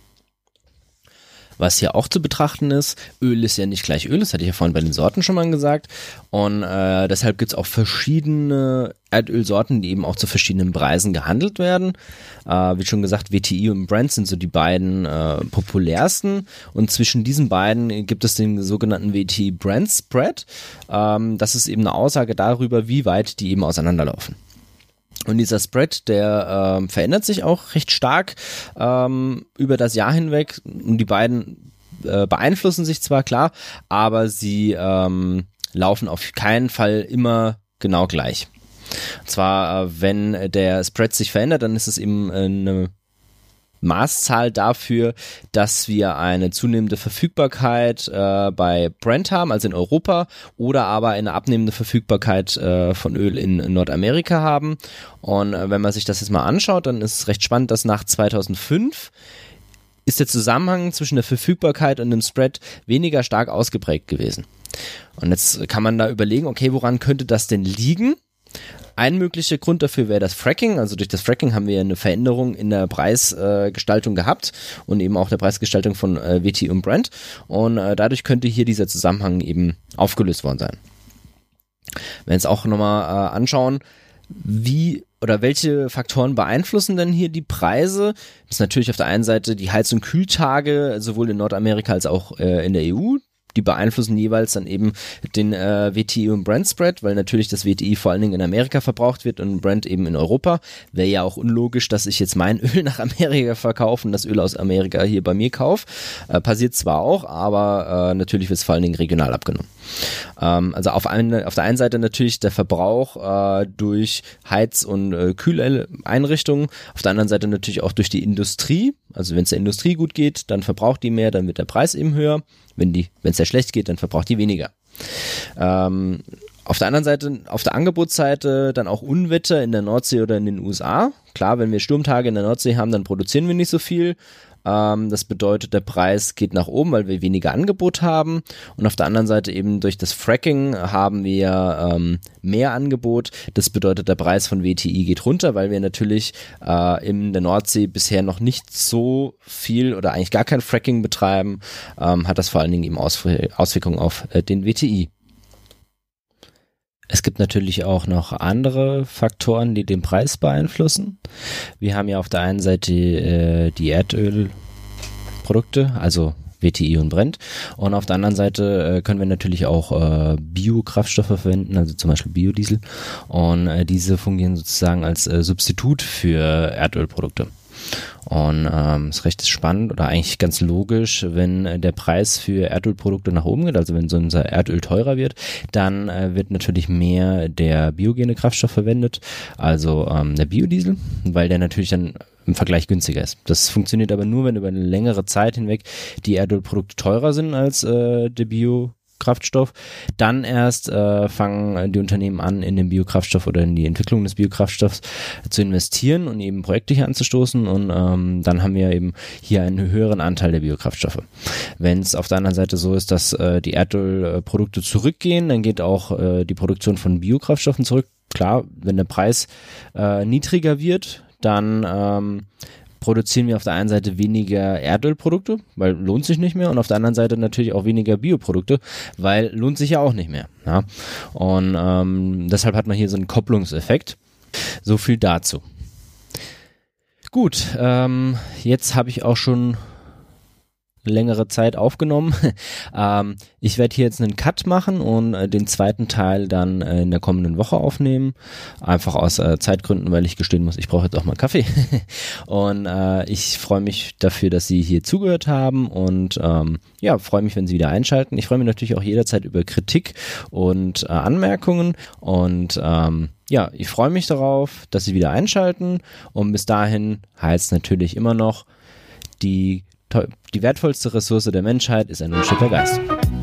Was hier auch zu betrachten ist, Öl ist ja nicht gleich Öl, das hatte ich ja vorhin bei den Sorten schon mal gesagt, und äh, deshalb gibt es auch verschiedene Erdölsorten, die eben auch zu verschiedenen Preisen gehandelt werden. Äh, wie schon gesagt, W T I und Brent sind so die beiden äh, populärsten, und zwischen diesen beiden gibt es den sogenannten W T I-Brent Spread. Ähm, das ist eben eine Aussage darüber, wie weit die eben auseinanderlaufen. Und dieser Spread, der ähm, verändert sich auch recht stark ähm, über das Jahr hinweg. Und die beiden äh, beeinflussen sich zwar, klar, aber sie ähm, laufen auf keinen Fall immer genau gleich. Und zwar, äh, wenn der Spread sich verändert, dann ist es eben äh, eine Maßzahl dafür, dass wir eine zunehmende Verfügbarkeit äh, bei Brent haben, also in Europa, oder aber eine abnehmende Verfügbarkeit äh, von Öl in, in Nordamerika haben. Und äh, wenn man sich das jetzt mal anschaut, dann ist es recht spannend, dass nach zweitausendfünf ist der Zusammenhang zwischen der Verfügbarkeit und dem Spread weniger stark ausgeprägt gewesen. Und jetzt kann man da überlegen, okay, woran könnte das denn liegen? Ein möglicher Grund dafür wäre das Fracking. Also durch das Fracking haben wir eine Veränderung in der Preisgestaltung äh, gehabt und eben auch der Preisgestaltung von äh, W T I und Brent. Und äh, dadurch könnte hier dieser Zusammenhang eben aufgelöst worden sein. Wenn wir uns auch nochmal äh, anschauen, wie oder welche Faktoren beeinflussen denn hier die Preise? Das ist natürlich auf der einen Seite die Heiz- und Kühltage, sowohl in Nordamerika als auch äh, in der E U. Die beeinflussen jeweils dann eben den äh, W T I und Brent Spread, weil natürlich das W T I vor allen Dingen in Amerika verbraucht wird und Brent eben in Europa. Wäre ja auch unlogisch, dass ich jetzt mein Öl nach Amerika verkaufe und das Öl aus Amerika hier bei mir kaufe. Äh, passiert zwar auch, aber äh, natürlich wird es vor allen Dingen regional abgenommen. Ähm, also auf, eine, auf der einen Seite natürlich der Verbrauch äh, durch Heiz- und äh, Kühleinrichtungen, auf der anderen Seite natürlich auch durch die Industrie. Also wenn es der Industrie gut geht, dann verbraucht die mehr, dann wird der Preis eben höher. Wenn die, wenn es ja schlecht geht, dann verbraucht die weniger. Ähm, auf der anderen Seite, auf der Angebotsseite dann auch Unwetter in der Nordsee oder in den U S A. Klar, wenn wir Sturmtage in der Nordsee haben, dann produzieren wir nicht so viel. Ähm, das bedeutet, der Preis geht nach oben, weil wir weniger Angebot haben. Und auf der anderen Seite eben durch das Fracking haben wir ähm, mehr Angebot. Das bedeutet, der Preis von W T I geht runter, weil wir natürlich äh, in der Nordsee bisher noch nicht so viel oder eigentlich gar kein Fracking betreiben. Ähm, hat das vor allen Dingen eben Ausw- Auswirkungen auf äh, den W T I. Es gibt natürlich auch noch andere Faktoren, die den Preis beeinflussen. Wir haben ja auf der einen Seite äh, die Erdölprodukte, also W T I und Brent. Und auf der anderen Seite äh, können wir natürlich auch äh, Biokraftstoffe verwenden, also zum Beispiel Biodiesel. Und äh, diese fungieren sozusagen als äh, Substitut für Erdölprodukte. Und ähm, ist recht spannend oder eigentlich ganz logisch, wenn äh, der Preis für Erdölprodukte nach oben geht, also wenn so unser Erdöl teurer wird, dann äh, wird natürlich mehr der biogene Kraftstoff verwendet, also ähm, der Biodiesel, weil der natürlich dann im Vergleich günstiger ist. Das funktioniert aber nur, wenn über eine längere Zeit hinweg die Erdölprodukte teurer sind als äh, der Bio Kraftstoff, dann erst äh, fangen die Unternehmen an, in den Biokraftstoff oder in die Entwicklung des Biokraftstoffs zu investieren und eben Projekte hier anzustoßen und ähm, dann haben wir eben hier einen höheren Anteil der Biokraftstoffe. Wenn es auf der anderen Seite so ist, dass äh, die Erdölprodukte zurückgehen, dann geht auch äh, die Produktion von Biokraftstoffen zurück. Klar, wenn der Preis äh, niedriger wird, dann ähm, produzieren wir auf der einen Seite weniger Erdölprodukte, weil lohnt sich nicht mehr, und auf der anderen Seite natürlich auch weniger Bioprodukte, weil lohnt sich ja auch nicht mehr. Ja? Und ähm, deshalb hat man hier so einen Kopplungseffekt. So viel dazu. Gut, ähm, jetzt habe ich auch schon längere Zeit aufgenommen. ähm, ich werde hier jetzt einen Cut machen und äh, den zweiten Teil dann äh, in der kommenden Woche aufnehmen. Einfach aus äh, Zeitgründen, weil ich gestehen muss, ich brauche jetzt auch mal Kaffee. und äh, ich freue mich dafür, dass Sie hier zugehört haben und ähm, ja, freue mich, wenn Sie wieder einschalten. Ich freue mich natürlich auch jederzeit über Kritik und äh, Anmerkungen und ähm, ja, ich freue mich darauf, dass Sie wieder einschalten, und bis dahin heißt natürlich immer noch, die Die wertvollste Ressource der Menschheit ist ein unsteter Geist.